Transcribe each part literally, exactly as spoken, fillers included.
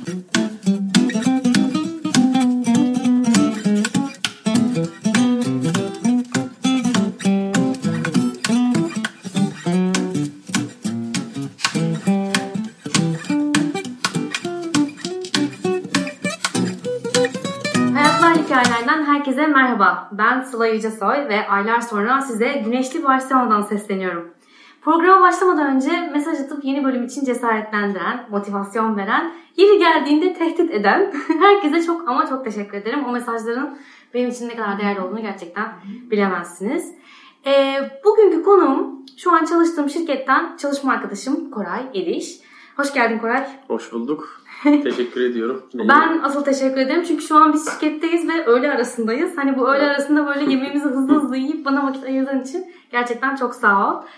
Herkese merhaba, ben Sıla Yücesoy ve aylar sonra size Güneşli Barcelona'dan sesleniyorum. Programa başlamadan önce mesaj atıp yeni bölüm için cesaretlendiren, motivasyon veren, yeri geldiğinde tehdit eden herkese çok ama çok teşekkür ederim. O mesajların benim için ne kadar değerli olduğunu gerçekten bilemezsiniz. Ee, bugünkü konuğum şu an çalıştığım şirketten çalışma arkadaşım Koray Eriş. Hoş geldin Koray. Hoş bulduk. Teşekkür ediyorum. Ben asıl teşekkür ederim çünkü şu an biz şirketteyiz ve öğle arasındayız. Hani bu öğle arasında böyle yemeğimizi hızlı hızlı yiyip bana vakit ayırdığın için gerçekten çok sağ ol.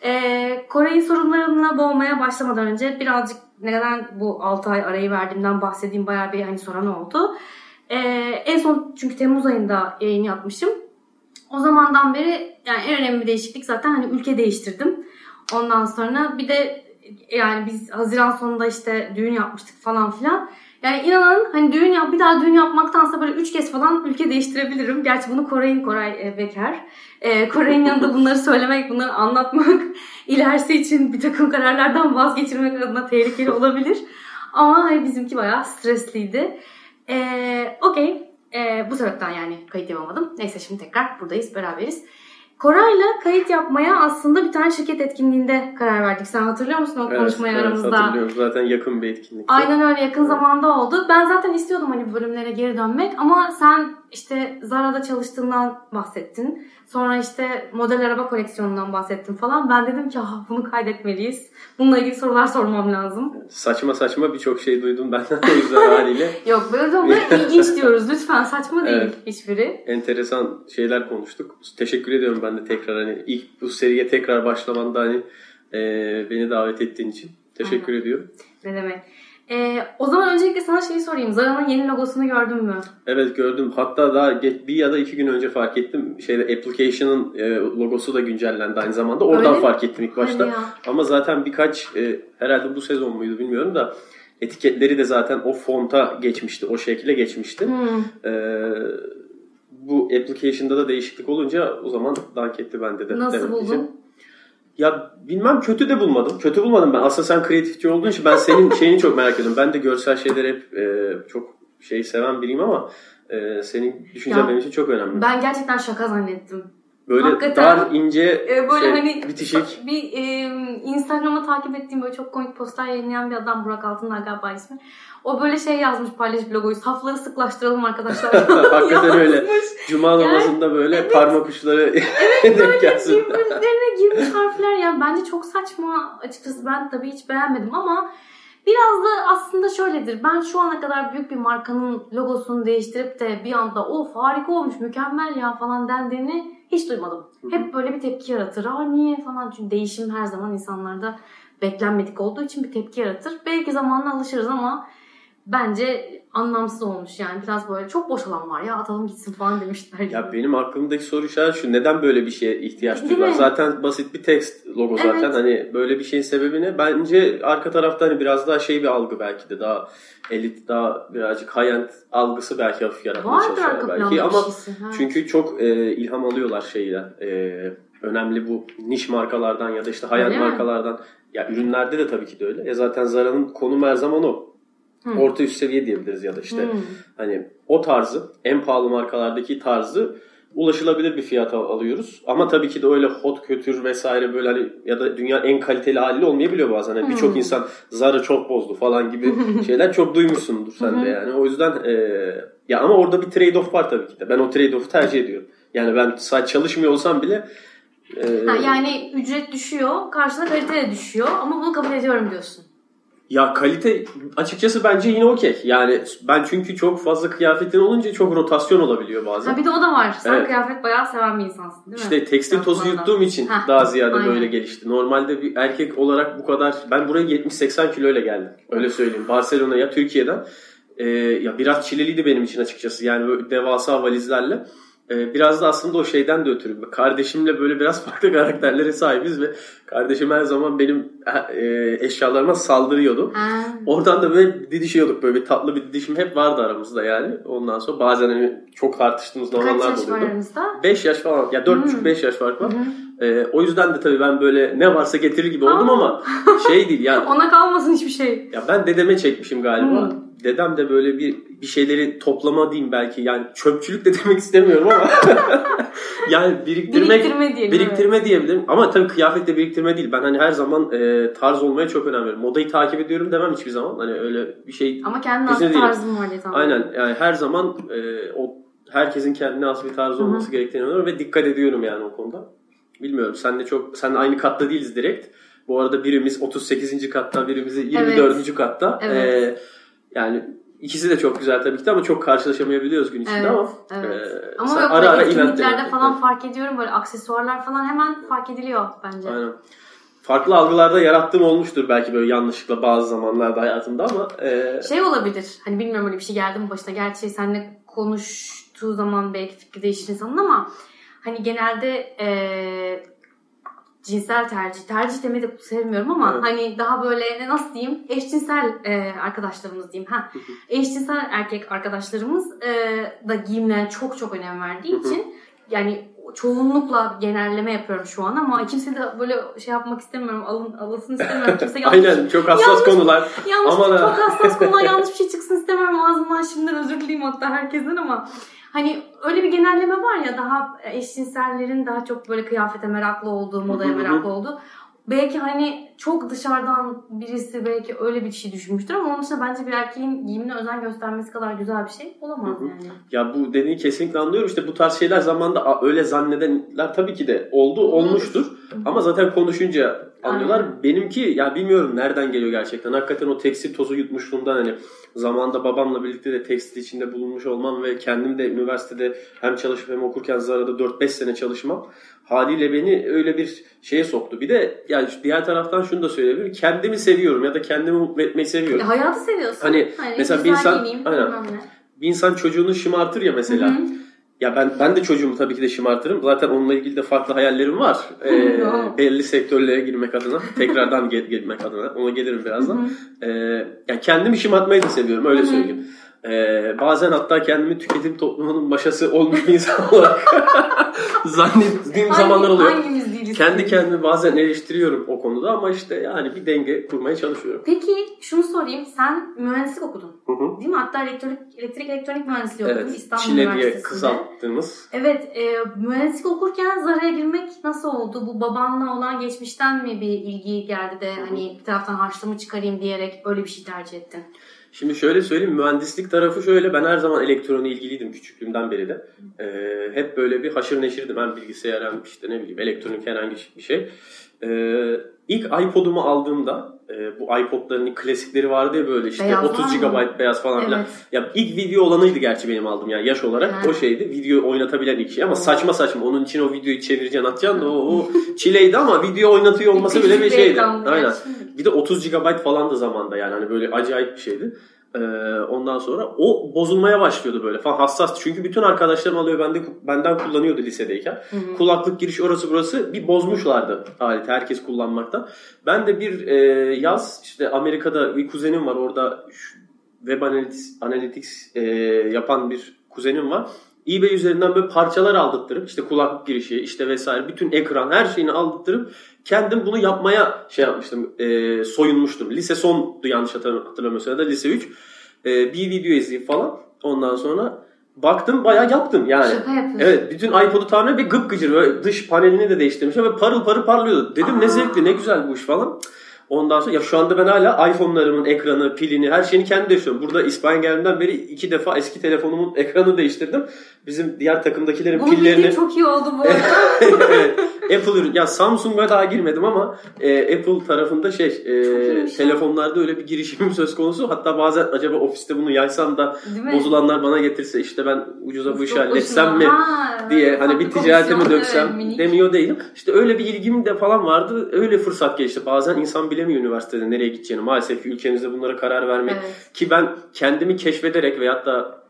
Ee, Koray'ın sorunlarına boğmaya başlamadan önce birazcık neden bu altı ay arayı verdiğimden bahsedeyim. Bayağı bir hani soran oldu. Ee, en son çünkü Temmuz ayında yayın yapmışım. O zamandan beri yani en önemli bir değişiklik zaten hani ülke değiştirdim. Ondan sonra bir de yani biz Haziran sonunda işte düğün yapmıştık falan filan. Yani inanın hani düğün yap, bir daha düğün yapmaktansa böyle üç kez falan ülke değiştirebilirim. Gerçi bunu Koray'ın Koray e, bekar. E, Koray'ın yanında bunları söylemek, bunları anlatmak ilerisi için bir takım kararlardan vazgeçirmek adına tehlikeli olabilir. Ama hani bizimki bayağı stresliydi. E, Okey. E, bu sebepten yani kayıt yapamadım. Neyse şimdi tekrar buradayız, beraberiz. Koray'la kayıt yapmaya aslında bir tane şirket etkinliğinde karar verdik. Sen hatırlıyor musun o evet, konuşmayı evet, aramızda? Evet hatırlıyorum. Zaten yakın bir etkinlik. Aynen öyle yakın evet. zamanda oldu. Ben zaten istiyordum hani bölümlere geri dönmek ama sen işte Zara'da çalıştığından bahsettin. Sonra işte model araba koleksiyonundan bahsettin falan. Ben dedim ki ah bunu kaydetmeliyiz. Bununla ilgili sorular sormam lazım. Saçma saçma birçok şey duydum benden o yüzden haliyle. Yok böyle de ilginç diyoruz. Lütfen saçma değil evet. hiçbiri. Enteresan şeyler konuştuk. Teşekkür ediyorum ben de tekrar hani ilk bu seriye tekrar başlamanda hani e, beni davet ettiğin için. Teşekkür Aynen. ediyorum. Ne demek. Ee, o zaman öncelikle sana şeyi sorayım. Zara'nın yeni logosunu gördün mü? Evet gördüm. Hatta daha bir ya da iki gün önce fark ettim. Şeyde application'ın e, logosu da güncellendi aynı zamanda. Oradan Öyle fark ettim ilk başta. Ama zaten birkaç e, herhalde bu sezon muydu bilmiyorum da etiketleri de zaten o fonta geçmişti. O şekilde geçmişti. Hmm. E, bu application'da da değişiklik olunca o zaman dank etti bende de. Nasıl buldun? Diyeceğim. Ya bilmem kötü de bulmadım. Kötü bulmadım ben. Aslında sen kreatifçi olduğun için ben senin şeyini çok merak ediyorum. Ben de görsel şeyleri hep e, çok şey seven biriyim ama e, senin düşüncen benim için çok önemli. Ben gerçekten şaka zannettim. Böyle Hakikaten, dar, ince, e, böyle şey, hani bitişik. Bir e, Instagram'a takip ettiğim böyle çok komik postlar yayınlayan bir adam Burak Altınlar galiba ismi. O böyle şey yazmış paylaşıp logoyu. Safları sıklaştıralım arkadaşlar. Hakikaten öyle. Cuma namazında yani, böyle evet, parmak uçları evet, denk gelsin. Evet böyle birbirlerine girmiş harfler ya. Bence çok saçma açıkçası. Ben tabii hiç beğenmedim ama biraz da aslında şöyledir. Ben şu ana kadar büyük bir markanın logosunu değiştirip de bir anda of harika olmuş, mükemmel ya falan dendiğini hiç duymadım. Hı-hı. Hep böyle bir tepki yaratır. Aa niye falan. Çünkü değişim her zaman insanlarda beklenmedik olduğu için bir tepki yaratır. Belki zamanla alışırız ama bence anlamsız olmuş yani. Biraz böyle çok boş alan var ya atalım gitsin falan demişler. Gibi. Ya benim aklımdaki soru işareti şu. Neden böyle bir şeye ihtiyaç duyuyorlar? Zaten basit bir text logo zaten. Evet. Hani böyle bir şeyin sebebi ne? Bence arka tarafta hani biraz daha şey bir algı belki de daha elit, daha birazcık high-end algısı belki hafif yaratmaya çalışıyorlar belki. Ama şeysi, çünkü çok e, ilham alıyorlar şeyden. E, önemli bu niş markalardan ya da işte high-end markalardan. Ya ürünlerde de tabii ki de öyle. E zaten Zara'nın konumu her zaman o. Hmm. Orta üst seviye diyebiliriz ya da işte hmm. hani o tarzı en pahalı markalardaki tarzı ulaşılabilir bir fiyata alıyoruz. Ama tabii ki de öyle hot kötür vesaire böyle hani ya da dünyanın en kaliteli haliyle olmayabiliyor bazen. Hani hmm. birçok insan Zara çok bozdu falan gibi şeyler çok duymuşsundur sen de yani. O yüzden e, ya ama orada bir trade-off var tabii ki de. Ben o trade-off'u tercih ediyorum. Yani ben sadece çalışmıyor olsam bile e, ha, yani ücret düşüyor, karşına kalite de düşüyor ama bunu kabul ediyorum diyorsun. Ya kalite açıkçası bence yine okey. Yani ben çünkü çok fazla kıyafetin olunca çok rotasyon olabiliyor bazen. Ha bir de o da var. Sen evet. kıyafet bayağı seven bir insansın değil mi? İşte tekstil Yapmanda. tozu yuttuğum için Heh, daha ziyade aynen. böyle gelişti. Normalde bir erkek olarak bu kadar... Ben buraya yetmiş seksen kiloyla geldim. Öyle söyleyeyim. Barcelona'ya, Türkiye'den. Ee, ya biraz çileliydi benim için açıkçası. Yani böyle devasa valizlerle. Ee, biraz da aslında o şeyden de ötürü. Kardeşimle böyle biraz farklı karakterlere sahibiz ve kardeşim her zaman benim e, eşyalarıma saldırıyordu. Ha. Oradan da böyle didişiyorduk. Böyle bir tatlı bir didişim hep vardı aramızda yani. Ondan sonra bazen hani çok tartıştığımız zamanlar oluyordu. Kaç yaş var aranızda? beş yaş falan. Ya dört buçuk beş yaş fark var. Ee, o yüzden de tabii ben böyle ne varsa getirir gibi oldum ama şey değil yani. Ona kalmasın hiçbir şey. Ya ben dedeme çekmişim galiba. Hmm. Dedem de böyle bir bir şeyleri toplama diyeyim belki. Yani çöpçülük de demek istemiyorum ama yani biriktirmek biriktirme, diyelim, biriktirme evet. diyebilirim. Ama tabii kıyafetle biriktirme değil. Ben hani her zaman e, tarz olmaya çok önem veriyorum. Modayı takip ediyorum demem hiçbir zaman. Hani öyle bir şey. Ama kendine has bir tarzın var diye tamam. Aynen. Yani her zaman e, o herkesin kendine has bir tarzı olması Hı-hı. gerektiğini inanıyorum ve dikkat ediyorum yani o konuda. Bilmiyorum. Sen de çok sen de aynı katta değiliz direkt. Bu arada birimiz otuz sekizinci katta, birimiz yirmi dördüncü Evet. katta. Evet. Ee, yani ikisi de çok güzel tabii ki de ama çok karşılaşamayabiliyoruz gün içinde evet, ama. Evet. E, ama yok, ara ara etkinliklerde falan evet. fark ediyorum böyle aksesuarlar falan hemen fark ediliyor bence. Aynen. Farklı algılarda yarattığım olmuştur belki böyle yanlışlıkla bazı zamanlarda hayatımda ama. E... Şey olabilir. Hani bilmiyorum öyle bir şey geldi mi başına. Gerçi seninle konuştuğu zaman belki fikri değişir insanın ama hani genelde eee cinsel tercih, tercih demeyi de sevmiyorum ama evet. hani daha böyle nasıl diyeyim eşcinsel e, arkadaşlarımız diyeyim. Ha. Eşcinsel erkek arkadaşlarımız e, da giyimlerine çok çok önem verdiği için yani çoğunlukla genelleme yapıyorum şu an ama kimse de böyle şey yapmak istemiyorum. Alın, alasını istemiyorum. Kimse yanlış, Aynen çok hassas yanlış, konular. Yanlış, ama çok hassas konular yanlış bir şey çıksın istemiyorum. Ağzımdan şimdiden özür dileyim hatta herkesten ama hani öyle bir genelleme var ya daha eşcinsellerin daha çok böyle kıyafete meraklı olduğu, modaya meraklı olduğu. Belki hani çok dışarıdan birisi belki öyle bir şey düşünmüştür ama onun dışında bence bir erkeğin giyimine özen göstermesi kadar güzel bir şey olamaz yani. Ya bu dediğini kesinlikle anlıyorum. İşte bu tarz şeyler zamanında öyle zannedenler tabii ki de oldu, olmuştur. Ama zaten konuşunca anlıyorlar. Aynen. Benimki ya bilmiyorum nereden geliyor gerçekten. Hakikaten o tekstil tozu yutmuşluğumdan hani zamanında babamla birlikte de tekstil içinde bulunmuş olmam ve kendim de üniversitede hem çalışıp hem okurken Zara'da dört beş sene çalışmam haliyle beni öyle bir şeye soktu. Bir de yani diğer taraftan şunu da söyleyebilirim. Kendimi seviyorum ya da kendimi mutlu etmeyi seviyorum. Ya hayatı seviyorsun. Hani, hani mesela bir insan aynen, bir insan çocuğunu şımartır ya mesela. Hı hı. Ya ben ben de çocuğumu tabii ki de şımartırım. Zaten onunla ilgili de farklı hayallerim var. Ee, belli sektörlere girmek adına, tekrardan gel- gelmek adına. Ona gelirim birazdan. Ee, yani kendimi şımartmayı da seviyorum öyle söyleyeyim. Ee, bazen hatta kendimi tüketim toplumunun maşası olmuş bir insan olarak zannettiğim zamanlar oluyor. Kendi kendimi bazen eleştiriyorum o konuda ama işte yani bir denge kurmaya çalışıyorum. Peki şunu sorayım. Sen mühendislik okudun. Hı hı. Değil mi? Hatta elektrik, elektrik elektronik mühendisliği okudun. Evet, İstanbul Çile Üniversitesi'nde. diye kısalttığımız. Evet. E, mühendislik okurken Zara'ya girmek nasıl oldu? Bu babanla olan geçmişten mi bir ilgi geldi de hı hı. hani bir taraftan harçlığımı çıkarayım diyerek öyle bir şey tercih ettin? Şimdi şöyle söyleyeyim, mühendislik tarafı şöyle, ben her zaman elektronikle ilgiliydim küçüklüğümden beri de. Ee, hep böyle bir haşır neşirdim, hem bilgisayar hem işte ne bileyim elektronik herhangi bir şey. Ee, ilk iPod'umu aldığımda, e, bu iPod'ların klasikleri vardı ya böyle işte beyaz otuz gigabayt beyaz falan filan. Evet. Ya ilk video olanıydı gerçi benim aldığım yani yaş olarak evet. O şeydi, video oynatabilen ilk şey ama evet. saçma saçma, onun için o videoyu çevireceksin atacaksın da o, o çileydi ama video oynatıyor olması bile bir şeydi. Aynen. Bir de otuz gigabayt falan da zamanda yani hani böyle acayip bir şeydi. Ee, ondan sonra o bozulmaya başlıyordu böyle falan, hassas çünkü bütün arkadaşlarım alıyor, bende, benden kullanıyordu lisedeyken. Hı hı. Kulaklık giriş orası burası bir bozmuşlardı aleti, herkes kullanmakta. Ben de bir e, yaz işte Amerika'da bir kuzenim var, orada web analytics, analytics e, yapan bir kuzenim var. eBay üzerinden böyle parçalar aldırttırıp işte kulaklık girişi işte vesaire bütün ekran her şeyini aldırttırıp kendim bunu yapmaya şey yapmıştım, e, soyunmuştum. Lise sondu yanlış hatırlamıyorsam da lise üç. E, bir video izleyip falan ondan sonra baktım bayağı yaptım yani. Şaka yapıyorsun. Evet, bütün iPod'u tamamen bir gıpgıcır böyle dış panelini de değiştirmişim ve parıl parıl parlıyordu. Dedim Aa. ne zevkli, ne güzel bu iş falan. Ondan sonra ya şu anda ben hala iPhone'larımın ekranı, pilini, her şeyini kendim değiştiriyorum. Burada İspanya geldiğimden beri iki defa eski telefonumun ekranını değiştirdim. Bizim diğer takımdakilerin Bunun pillerini... Bunun çok iyi oldu bu arada. Evet. Apple ürün. Ya Samsung'a daha girmedim ama e, Apple tarafında şey e, telefonlarda öyle bir girişimim söz konusu. Hatta bazen acaba ofiste bunu yaysam da bozulanlar bana getirse işte ben ucuza bu işi halletsem mi ha, diye hani bir ticaretimi döksem evet, demiyor değilim. İşte öyle bir ilgim de falan vardı. Öyle fırsat geçti. Bazen insan bilemiyor üniversitede nereye gideceğini. Maalesef ki ülkemizde bunlara karar vermek. Evet. Ki ben kendimi keşfederek veyahut da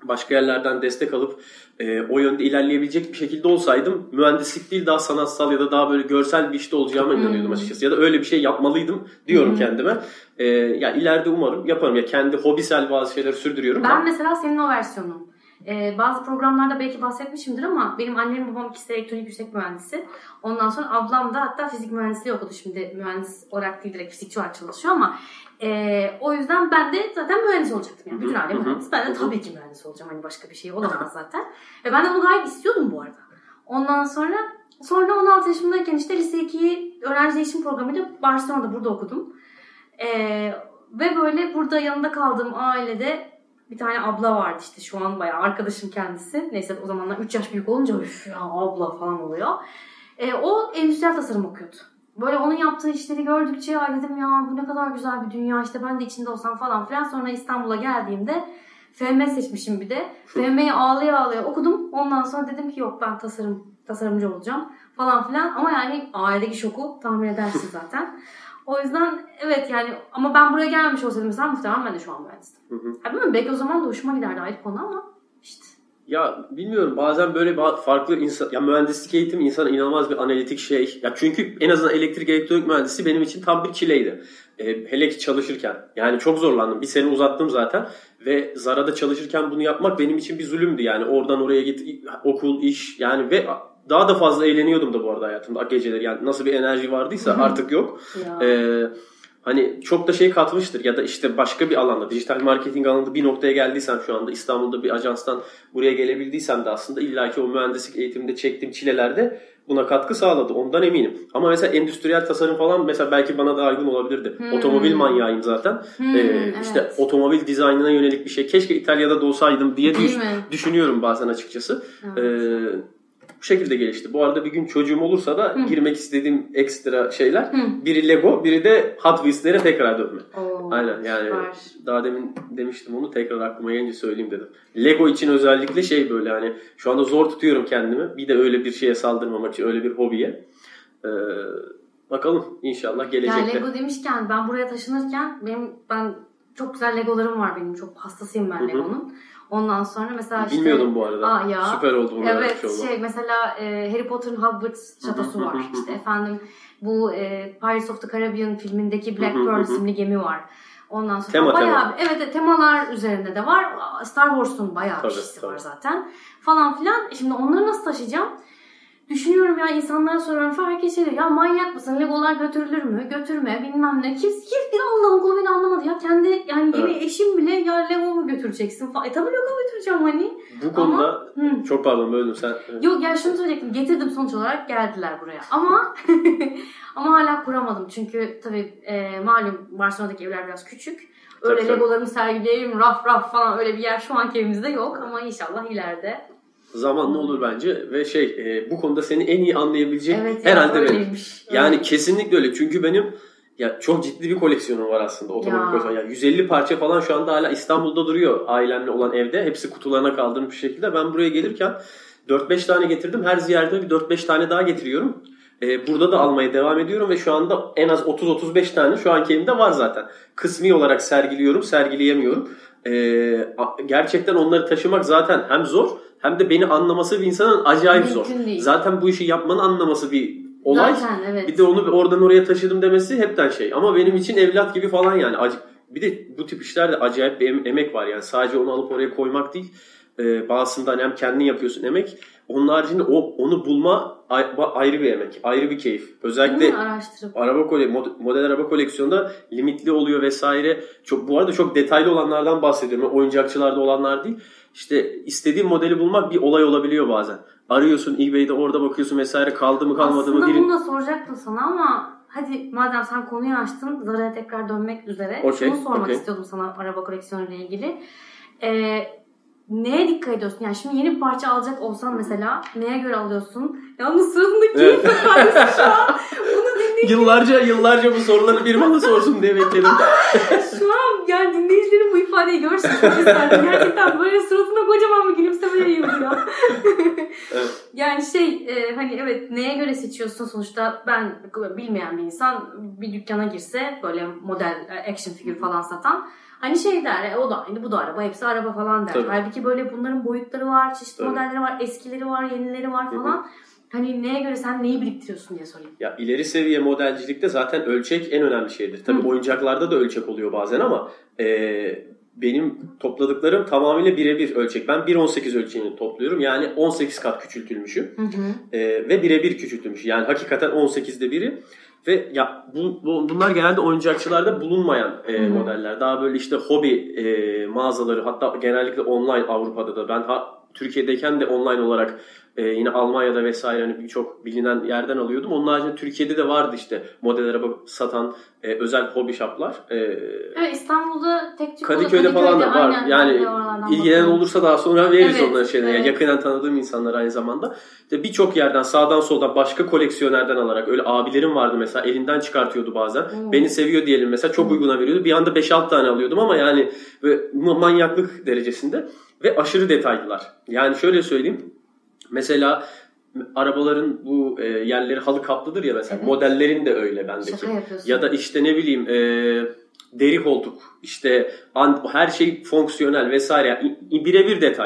başka yerlerden destek alıp e, o yönde ilerleyebilecek bir şekilde olsaydım mühendislik değil daha sanatsal ya da daha böyle görsel bir işte olacağıma inanıyordum hmm. açıkçası. Ya da öyle bir şey yapmalıydım diyorum hmm. kendime. E, ya ileride umarım yaparım. Ya kendi hobisel bazı şeyleri sürdürüyorum. Ben ama mesela senin o versiyonun. Ee, bazı programlarda belki bahsetmişimdir ama benim annem babam ikisi de elektronik yüksek mühendisi. Ondan sonra ablam da hatta fizik mühendisliği okudu. Şimdi mühendis olarak değil direkt fizikçi olarak çalışıyor ama e, o yüzden ben de zaten mühendis olacaktım. Yani bütün aile mühendis. Ben de tabii ki mühendis olacağım. Hani başka bir şey olamaz zaten. Ve ben de bunu gayet istiyordum bu arada. Ondan sonra sonra on altı yaşımdayken işte lise ikiyi öğrenci değişim programıyla Barcelona'da burada okudum. E, ve böyle burada yanında kaldığım ailede bir tane abla vardı işte şu an bayağı arkadaşım kendisi. Neyse o zamanlar üç yaş büyük olunca üf ya abla falan oluyor. E, o endüstriyel tasarım okuyordu. Böyle onun yaptığı işleri gördükçe ay dedim ya bu ne kadar güzel bir dünya işte ben de içinde olsam falan filan. Sonra İstanbul'a geldiğimde F M seçmişim bir de. F M'yi ağlaya ağlaya okudum. Ondan sonra dedim ki yok ben tasarım tasarımcı olacağım falan filan. Ama yani ailedeki şoku tahmin edersin zaten. O yüzden evet yani ama ben buraya gelmiş olsaydım mesela muhtemelen ben de şu an mühendistim. Hı hı. Ya bilmiyorum belki o zaman da hoşuma giderdi ayrı konu ama işte. Ya bilmiyorum bazen böyle farklı insan ya mühendislik eğitimi insana inanılmaz bir analitik şey. Ya çünkü en azından elektrik elektronik mühendisi benim için tam bir çileydi. E, hele ki çalışırken. Yani çok zorlandım. Bir sene uzattım zaten ve Zara'da çalışırken bunu yapmak benim için bir zulümdü. Yani oradan oraya git okul, iş yani ve daha da fazla eğleniyordum da bu arada hayatımda geceleri. Yani nasıl bir enerji vardıysa artık yok. Ee, hani çok da şey katmıştır ya da işte başka bir alanda dijital marketing alanında bir noktaya geldiysem şu anda İstanbul'da bir ajanstan buraya gelebildiysem de aslında illaki o mühendislik eğitiminde çektiğim çilelerde buna katkı sağladı. Ondan eminim. Ama mesela endüstriyel tasarım falan mesela belki bana da uygun olabilirdi. Hmm. Otomobil manyağıyım zaten. Hmm, ee, evet. İşte otomobil dizaynına yönelik bir şey. Keşke İtalya'da da olsaydım diye düş- düşünüyorum bazen açıkçası. Evet. Ee, Bu şekilde gelişti. Bu arada bir gün çocuğum olursa da Hı. girmek istediğim ekstra şeyler Hı. biri Lego, biri de Hot Wheels'lere tekrar dönme. Oo, Aynen yani süper. Daha demin demiştim onu tekrar aklıma gelince söyleyeyim dedim. Lego için özellikle şey böyle hani şu anda zor tutuyorum kendimi. Bir de öyle bir şeye saldırmamak için öyle bir hobiye. Ee, bakalım inşallah gelecekte. Yani Lego demişken ben buraya taşınırken benim ben çok güzel Legolarım var benim. Çok hastasıyım ben Hı-hı. Lego'nun. Ondan sonra mesela işte... Bilmiyordum bu arada. Aa, ya. Süper oldu bunlar. Evet şey mesela e, Harry Potter'ın Hogwarts şatosu var. İşte efendim bu e, Pirates of the Caribbean filmindeki Black Pearl isimli gemi var. Ondan sonra tema, bayağı tema. evet temalar üzerinde de var. Star Wars'un bayağı tabii, bir şeysi tabii. var zaten. Falan filan. Şimdi onları nasıl taşıyacağım? Düşünüyorum ya insanlara soruyorum falan herkes şey diyor ya manyak mısın Legolar götürülür mü götürme bilmem ne kim hiçbir Allah'ın kulu beni anlamadı ya kendi yani yeni evet. eşim bile ya Lego mu götüreceksin falan e tabii Lego götüreceğim hani bu konuda ama, çok pardon böldüm sen yok ya şunu söyleyecektim getirdim sonuç olarak geldiler buraya ama ama hala kuramadım çünkü tabii e, malum Barcelona'daki evler biraz küçük öyle tabii, Legolarımı sergileyeyim raf raf falan öyle bir yer şu anki evimizde yok ama inşallah ileride zamanla olur bence ve şey e, bu konuda seni en iyi anlayabilecek evet, herhalde ya, benim. Yani evet. kesinlikle öyle. Çünkü benim ya çok ciddi bir koleksiyonum var aslında otomobil koleksiyonu. Yani yüz elli parça falan şu anda hala İstanbul'da duruyor ailemle olan evde. Hepsi kutularına kaldırmış bir şekilde. Ben buraya gelirken dört beş tane getirdim. Her ziyarete bir dört beş tane daha getiriyorum. Ee, burada da almaya devam ediyorum ve şu anda en az otuz otuz beş tane şu anki evimde var zaten. Kısmi olarak sergiliyorum, sergileyemiyorum. Ee, gerçekten onları taşımak zaten hem zor hem de beni anlaması bir insanın acayip zor. Değil. Zaten bu işi yapmanı anlaması bir olay. Zaten, evet. Bir de onu oradan oraya taşıdım demesi hepten şey. Ama benim için evlat gibi falan yani. Bir de bu tip işlerde acayip bir emek var yani. Sadece onu alıp oraya koymak değil. Ee, bazısından hem kendin yapıyorsun emek. Onun haricinde o, onu bulma ayrı bir emek. Ayrı bir keyif. Özellikle araba kole, model araba koleksiyonunda limitli oluyor vesaire. Çok, bu arada çok detaylı olanlardan bahsediyorum. Oyuncakçılarda olanlar değil. İşte istediğin modeli bulmak bir olay olabiliyor bazen. Arıyorsun eBay'de orada bakıyorsun vesaire kaldı mı kalmadı Aslında mı. Aslında bunu da soracaktım sana ama hadi madem sen konuyu açtın Zara'ya tekrar dönmek üzere. Okay, Şunu sormak okay. istiyordum sana araba koleksiyonu ile ilgili. Ee, neye dikkat ediyorsun? Yani şimdi yeni bir parça alacak olsan mesela neye göre alıyorsun? Yalnız sırasında keyif efendisi şu an. Bunu dinleyince yıllarca yıllarca bu soruları bir bana sorsun diye bekledim. Şu an yani dinleyicilerin bu ifadeyi görsün. Gerçekten böyle suratına kocaman bir gülümseme yayıldı ya. Evet. Yani şey e, hani evet neye göre seçiyorsun sonuçta ben bilmeyen bir insan bir dükkana girse böyle model action figür falan satan hani şey der e, o da aynı bu da araba hepsi araba falan der. Tabii. Halbuki böyle bunların boyutları var çeşitli Tabii. modelleri var eskileri var yenileri var falan. Hı-hı. Hani neye göre sen neyi biriktiriyorsun diye sorayım. Ya ileri seviye modelcilikte zaten ölçek en önemli şeydir. Tabii Hı. oyuncaklarda da ölçek oluyor bazen ama e, benim topladıklarım tamamıyla birebir ölçek. Ben bir on sekiz ölçeğini topluyorum. Yani on sekiz kat küçültülmüşü. E, ve birebir küçültülmüş. Yani hakikaten on sekizde biri. Ve ya bu, bu bunlar genelde oyuncakçılarda bulunmayan e, modeller. Daha böyle işte hobi e, mağazaları hatta genellikle online Avrupa'da da ben ha, Türkiye'deyken de online olarak e, yine Almanya'da vesaire hani birçok bilinen yerden alıyordum. Onun haricinde Türkiye'de de vardı işte model araba satan e, özel hobi shop'lar. E, evet İstanbul'da tek tük Kadıköy'de falan da var. Aynen, yani ilgilenen olursa daha sonra veririz evet, onların şeyine. Evet. Yani yakından tanıdığım insanlar aynı zamanda. İşte birçok yerden sağdan soldan başka koleksiyonerden alarak öyle abilerim vardı mesela elinden çıkartıyordu bazen. Hmm. Beni seviyor diyelim mesela çok uyguna veriyordu. Bir anda beş altı tane alıyordum ama yani manyaklık derecesinde ve aşırı detaylılar. Yani şöyle söyleyeyim. Mesela arabaların bu e, yerleri halı kaplıdır ya mesela. Evet. Modellerin de öyle bendeki. Ya da işte ne bileyim e, deri koltuk. İşte an, her şey fonksiyonel vesaire. Birebir detay.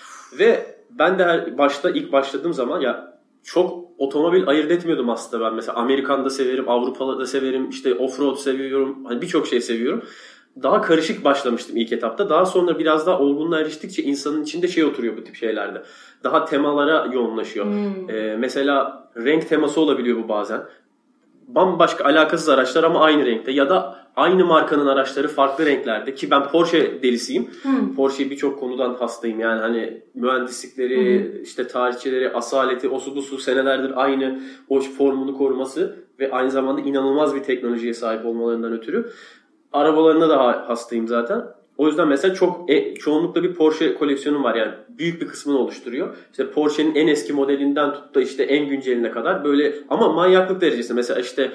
Ve ben de her, başta ilk başladığım zaman ya çok otomobil ayırt etmiyordum aslında ben. Mesela Amerikan'da severim, Avrupa'da da severim, işte offroad seviyorum. Hani birçok şey seviyorum. Daha karışık başlamıştım ilk etapta. Daha sonra biraz daha olgunluğa eriştikçe insanın içinde şey oturuyor bu tip şeylerde. Daha temalara yoğunlaşıyor. Hmm. Ee, mesela renk teması olabiliyor bu bazen. Bambaşka alakasız araçlar ama aynı renkte. Ya da aynı markanın araçları farklı renklerde. Ki ben Porsche delisiyim. Hmm. Porsche'yi birçok konudan hastayım. Yani hani mühendislikleri, hmm. işte tarihçileri, asaleti, osu busu senelerdir aynı o formunu koruması ve aynı zamanda inanılmaz bir teknolojiye sahip olmalarından ötürü. Arabalarına da hastayım zaten. O yüzden mesela çok e, çoğunlukla bir Porsche koleksiyonum var yani büyük bir kısmını oluşturuyor. İşte Porsche'nin en eski modelinden tut da işte en günceline kadar böyle ama manyaklık derecesi mesela işte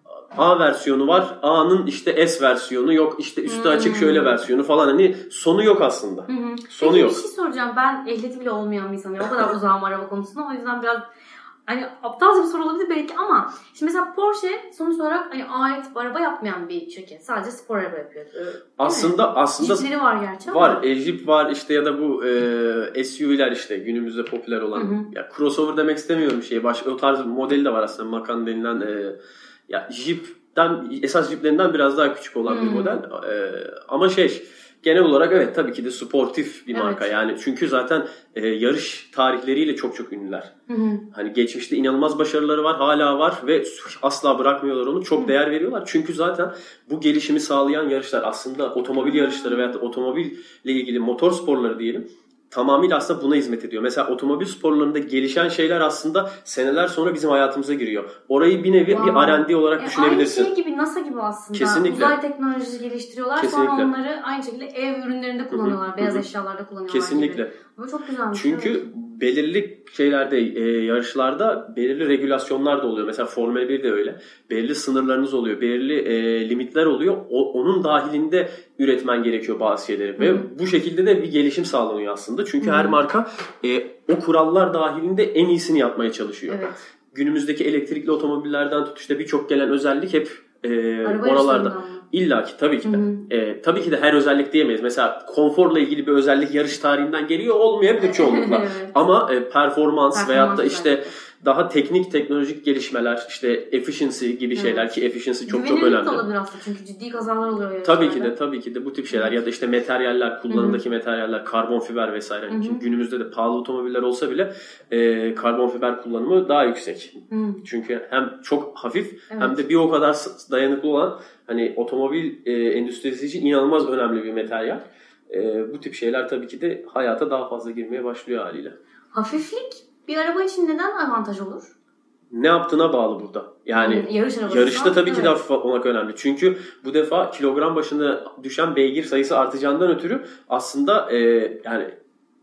A versiyonu var. A'nın işte S versiyonu yok. İşte üstü hmm. açık şöyle versiyonu falan hani sonu yok aslında. Hmm. Sonu Peki yok. Bir şey soracağım. Ben ehliyeti bile olmayan bir insanım. O kadar uzağım araba konusunda. O yüzden biraz hani aptalca bir soru olabilir belki ama şimdi mesela Porsche sonuç olarak hani ait araba yapmayan bir şirket. Sadece spor araba yapıyor. Aslında mi? aslında Jeep'leri var gerçi ama. Var. E, Jeep var işte ya da bu e, S U V'ler işte günümüzde popüler olan. Hı hı. Ya crossover demek istemiyorum şey. Başka o tarz bir modeli de var aslında. Macan denilen e, ya Jeep'ten esas Jeep'lerinden biraz daha küçük olan hı. bir model. E, ama şey genel olarak evet tabii ki de sportif bir evet. marka yani çünkü zaten e, yarış tarihleriyle çok çok ünlüler. Hı hı. Hani geçmişte inanılmaz başarıları var, hala var ve asla bırakmıyorlar onu. Çok hı. değer veriyorlar. Çünkü zaten bu gelişimi sağlayan yarışlar aslında otomobil yarışları veya da otomobille ilgili motor sporları diyelim. Tamamıyla aslında buna hizmet ediyor. Mesela otomobil sporlarında gelişen şeyler aslında seneler sonra bizim hayatımıza giriyor. Orayı bir nevi wow. bir R and D olarak e, düşünebilirsin. Aynı şey gibi NASA gibi aslında. Kesinlikle. Uzay teknolojisi geliştiriyorlar. Kesinlikle. Sonra onları aynı şekilde ev ürünlerinde kullanıyorlar. Hı-hı. Beyaz Hı-hı. eşyalarda kullanıyorlar. Kesinlikle. Gibi. Bu çok güzelmiş. Çünkü evet. belirli şeylerde e, yarışlarda belirli regülasyonlar da oluyor. Mesela Formula bir de öyle. Belirli sınırlarınız oluyor. Belirli e, limitler oluyor. O, onun dahilinde üretmen gerekiyor bazı şeyleri. Hı-hı. Ve bu şekilde de bir gelişim sağlanıyor aslında. Çünkü Hı-hı. her marka e, o kurallar dahilinde en iyisini yapmaya çalışıyor. Evet. Günümüzdeki elektrikli otomobillerden tut işte birçok gelen özellik hep e, oralarda. İlla ki tabii ki de. E, tabii ki de her özellik diyemeyiz. Mesela konforla ilgili bir özellik yarış tarihinden geliyor olmayabilir çoğunlukla. Evet. Ama e, performans, performans veyahut da işte belki. Daha teknik teknolojik gelişmeler, işte efficiency gibi evet. şeyler ki efficiency çok Güvenilir çok önemli. Güvenilir olabilir aslında çünkü ciddi kazalar oluyor yarışlarda. Tabii ki de tabii ki de bu tip şeyler ya da işte materyaller, kullanımdaki Hı-hı. materyaller, karbon fiber vesaire. Çünkü günümüzde de pahalı otomobiller olsa bile e, karbon fiber kullanımı daha yüksek. Hı-hı. Çünkü hem çok hafif evet. hem de bir o kadar dayanıklı olan hani otomobil e, endüstrisi için inanılmaz önemli bir materyal. E, bu tip şeyler tabii ki de hayata daha fazla girmeye başlıyor haliyle. Hafiflik bir araba için neden avantaj olur? Ne yaptığına bağlı burada. Yani hmm, yarış yarışta tabii evet. ki de hafif olmak önemli. Çünkü bu defa kilogram başına düşen beygir sayısı artacağından ötürü aslında e, yani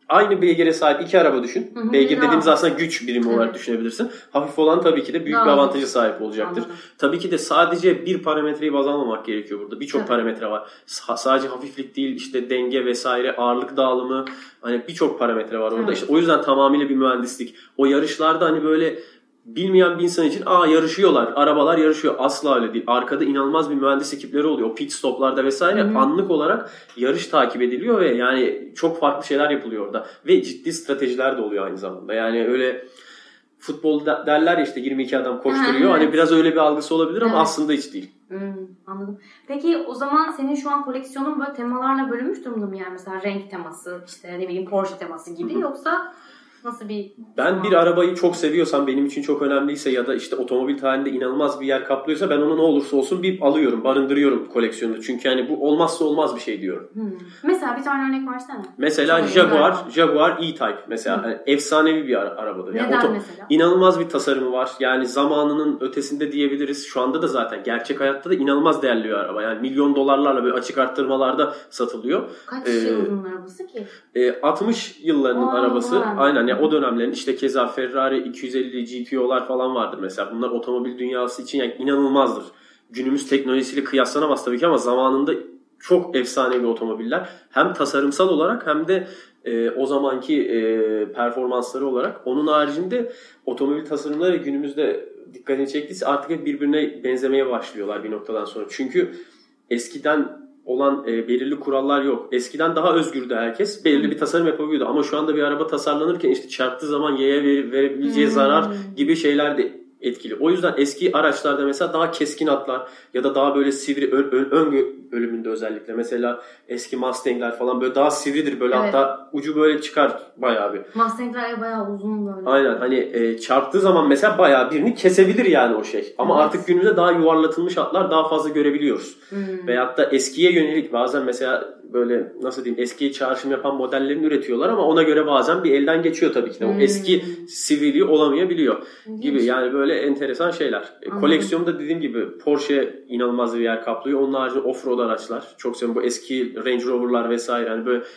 aynı beygire sahip iki araba düşün. Hı hı, beygir dediğimiz aslında güç birimi olarak evet. düşünebilirsin. Hafif olan tabii ki de büyük daha bir avantaja sahip olacaktır. Anladım. Tabii ki de sadece bir parametreyi baz almamak gerekiyor burada. Birçok evet. parametre var. S- sadece hafiflik değil, işte denge vesaire, ağırlık dağılımı, hani birçok parametre var orada. Evet. İşte o yüzden tamamıyla bir mühendislik. O yarışlarda hani böyle bilmeyen bir insan için aa yarışıyorlar, arabalar yarışıyor. Asla öyle değil. Arkada inanılmaz bir mühendis ekipleri oluyor. O pit stoplarda vesaire Hı-hı. anlık olarak yarış takip ediliyor ve yani çok farklı şeyler yapılıyor orada. Ve ciddi stratejiler de oluyor aynı zamanda. Yani öyle futbol derler ya işte yirmi iki adam koşturuyor. Ha, evet. Hani biraz öyle bir algısı olabilir ama evet. aslında hiç değil. Hmm, anladım. Peki o zaman senin şu an koleksiyonun böyle temalarla bölünmüş durumda mı yani? Mesela renk teması, işte ne bileyim Porsche teması gibi Hı-hı. yoksa nasıl bir... Ben bir arabayı çok seviyorsam, benim için çok önemliyse ya da işte otomobil tarihinde inanılmaz bir yer kaplıyorsa ben onu ne olursa olsun bir alıyorum, barındırıyorum koleksiyonda. Çünkü hani bu olmazsa olmaz bir şey diyorum. Hmm. Mesela bir tane örnek versene. Mesela çok Jaguar, Jaguar E-Type mesela. Yani efsanevi bir arabadır. Neden yani oto- mesela? İnanılmaz bir tasarımı var. Yani zamanının ötesinde diyebiliriz. Şu anda da zaten gerçek hayatta da inanılmaz değerli bir araba. Yani milyon dolarlarla böyle açık arttırmalarda satılıyor. Kaç ee, yılın arabası ki? E, altmış yılların Aa, arabası. Var. Aynen. Yani o dönemlerin işte keza Ferrari iki yüz elli G T O'lar falan vardır mesela. Bunlar otomobil dünyası için yani inanılmazdır. Günümüz teknolojisiyle kıyaslanamaz tabii ki ama zamanında çok efsanevi otomobiller. Hem tasarımsal olarak hem de e, o zamanki e, performansları olarak. Onun haricinde otomobil tasarımları günümüzde dikkatini çektiyse artık hep birbirine benzemeye başlıyorlar bir noktadan sonra. Çünkü eskiden olan e, belirli kurallar yok. Eskiden daha özgürdü herkes. Belirli bir tasarım yapabiliyordu. Ama şu anda bir araba tasarlanırken işte çarptığı zaman yaya ver, verebileceği hmm. zarar gibi şeyler de etkili. O yüzden eski araçlarda mesela daha keskin hatlar ya da daha böyle sivri ön, ön, ön bölümünde özellikle mesela eski Mustang'ler falan böyle daha sivridir böyle evet. hatta ucu böyle çıkar bayağı bir. Mustang'ler bayağı uzun böyle. Aynen hani e, çarptığı zaman mesela bayağı birini kesebilir yani o şey. Ama evet. artık günümüzde daha yuvarlatılmış hatlar daha fazla görebiliyoruz. Hmm. Veyahut da eskiye yönelik bazen mesela böyle nasıl diyeyim eskiye çağrışım yapan modellerini üretiyorlar ama ona göre bazen bir elden geçiyor tabii ki de. O hmm. eski sivriliği olamayabiliyor hmm. gibi yani böyle enteresan şeyler. Anladım. Koleksiyonda dediğim gibi Porsche inanılmaz bir yer kaplıyor. Onun haricinde off-road araçlar. Çok seviyorum bu eski Range Rover'lar vesaire. Yani böyle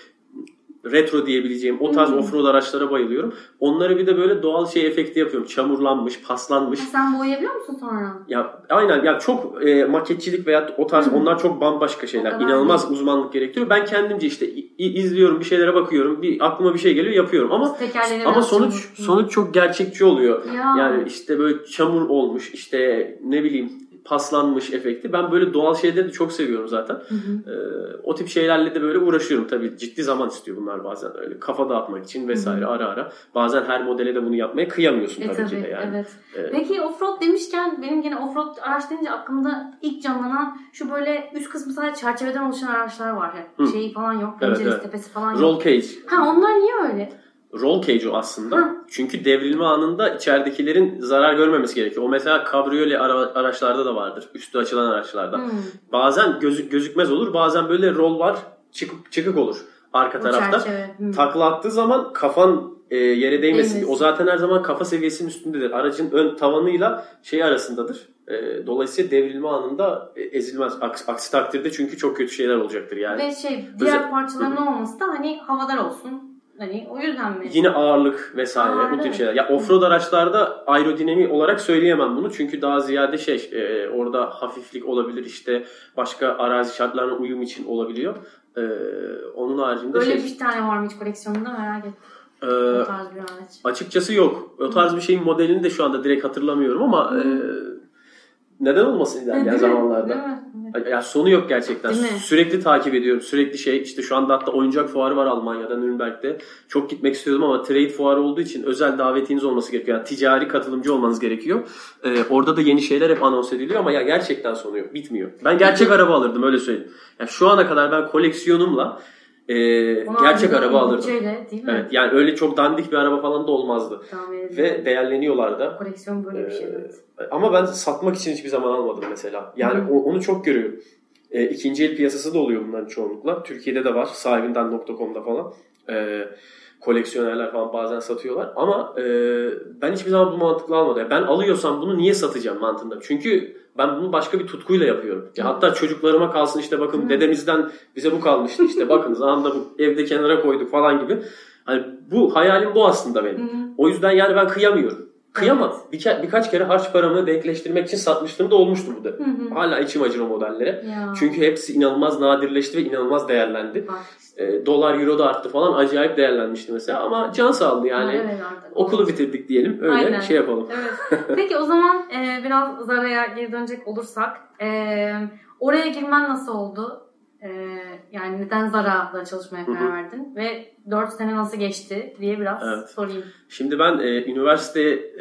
retro diyebileceğim o tarz hmm. off-road araçlara bayılıyorum. Onları bir de böyle doğal şey efekti yapıyorum. Çamurlanmış, paslanmış. Ha, sen boyayabiliyor musun sonra? Ya aynen ya çok e, maketçilik veya o tarz hmm. onlar çok bambaşka şeyler. İnanılmaz değil. Uzmanlık gerektiriyor. Ben kendimce işte izliyorum, bir şeylere bakıyorum. Bir aklıma bir şey geliyor, yapıyorum ama ama sonuç çamur. sonuç çok gerçekçi oluyor. Ya. Yani işte böyle çamur olmuş, işte ne bileyim paslanmış efekti. Ben böyle doğal şeyleri de çok seviyorum zaten. Hı hı. Ee, o tip şeylerle de böyle uğraşıyorum. Tabii ciddi zaman istiyor bunlar bazen. Öyle kafa dağıtmak için vesaire hı hı. ara ara. Bazen her modele de bunu yapmaya kıyamıyorsun e, tabii, tabii ki de yani. Evet. Ee, Peki offroad demişken benim gene offroad araç deyince aklımda ilk canlanan şu böyle üst kısmı sadece çerçeveden oluşan araçlar var hep. Hı. Şeyi falan yok. Penceresi evet, evet. tepesi falan yok. Roll cage. Ha onlar niye öyle? Roll cage o aslında. Hı. Çünkü devrilme anında içeridekilerin zarar görmemesi gerekiyor. O mesela kabriyole ara- araçlarda da vardır. Üstü açılan araçlarda. Hı. Bazen gözük gözükmez olur. Bazen böyle roll var. Çıkık, çıkık olur arka o tarafta. Takla attığı zaman kafan e, yere değmesin. Değmesin. O zaten her zaman kafa seviyesinin üstündedir. Aracın ön tavanıyla şey arasındadır. E, dolayısıyla devrilme anında e, ezilmez. Aks, aksi takdirde çünkü çok kötü şeyler olacaktır yani. Ve şey diğer Özel... parçaların olması da hani havadar olsun. Hani o yüzden mi? Yine ağırlık vesaire Aa, bu tip şeyler. Ya offroad araçlarda aerodinami olarak söyleyemem bunu. Çünkü daha ziyade şey e, orada hafiflik olabilir işte başka arazi şartlarına uyum için olabiliyor. E, onun haricinde öyle şey... bir tane var mı hiç koleksiyonunda merak ettim. Ee, o tarz bir araç. Açıkçası yok. O tarz bir şeyin modelini de şu anda direkt hatırlamıyorum ama e, neden olmasın ilerleyen zamanlarda. Değil mi? Evet. Ya sonu yok gerçekten. Sürekli takip ediyorum. Sürekli şey işte şu anda hatta oyuncak fuarı var Almanya'da Nürnberg'de. Çok gitmek istiyordum ama trade fuarı olduğu için özel davetiniz olması gerekiyor. Yani ticari katılımcı olmanız gerekiyor. Ee, orada da yeni şeyler hep anons ediliyor ama ya gerçekten sonu yok. Bitmiyor. Ben gerçek araba alırdım öyle söyleyeyim. Yani şu ana kadar ben koleksiyonumla e, gerçek araba alırdım. Bütçeyle, değil mi? Evet, yani öyle çok dandik bir araba falan da olmazdı. Ve değerleniyorlar da. Koleksiyon böyle bir şey. Evet. Ama ben satmak için hiçbir zaman almadım mesela. Yani o, onu çok görüyorum. E, ikinci el piyasası da oluyor bunların çoğunlukla. Türkiye'de de var. Sahibinden nokta com'da falan. E, koleksiyonerler falan bazen satıyorlar. Ama e, ben hiçbir zaman bu mantıklı almadım. Ben alıyorsam bunu niye satacağım mantığında. Çünkü ben bunu başka bir tutkuyla yapıyorum. Ya hatta çocuklarıma kalsın işte bakın Hı. dedemizden bize bu kalmıştı işte bakın anında bu evde kenara koyduk falan gibi. Hani bu hayalim bu aslında benim. Hı. O yüzden yani ben kıyamıyorum. Kıyamam. Evet. Bir, birkaç kere harç paramı denkleştirmek için satmışlığım da olmuştu bu da. Hı hı. Hala içim acır o modellere. Ya. Çünkü hepsi inanılmaz nadirleşti ve inanılmaz değerlendi. E, dolar, euro da arttı falan. Acayip değerlenmişti mesela. Ama can sağlığı yani. Evet, okulu bitirdik diyelim. Öyle Aynen. şey yapalım. Evet. Peki o zaman e, biraz Zara'ya geri dönecek olursak. E, oraya girmen nasıl oldu? E, yani neden Zara'da çalışmaya karar Hı-hı. verdin? Ve dört sene nasıl geçti diye biraz evet. sorayım. Şimdi ben e, üniversite e,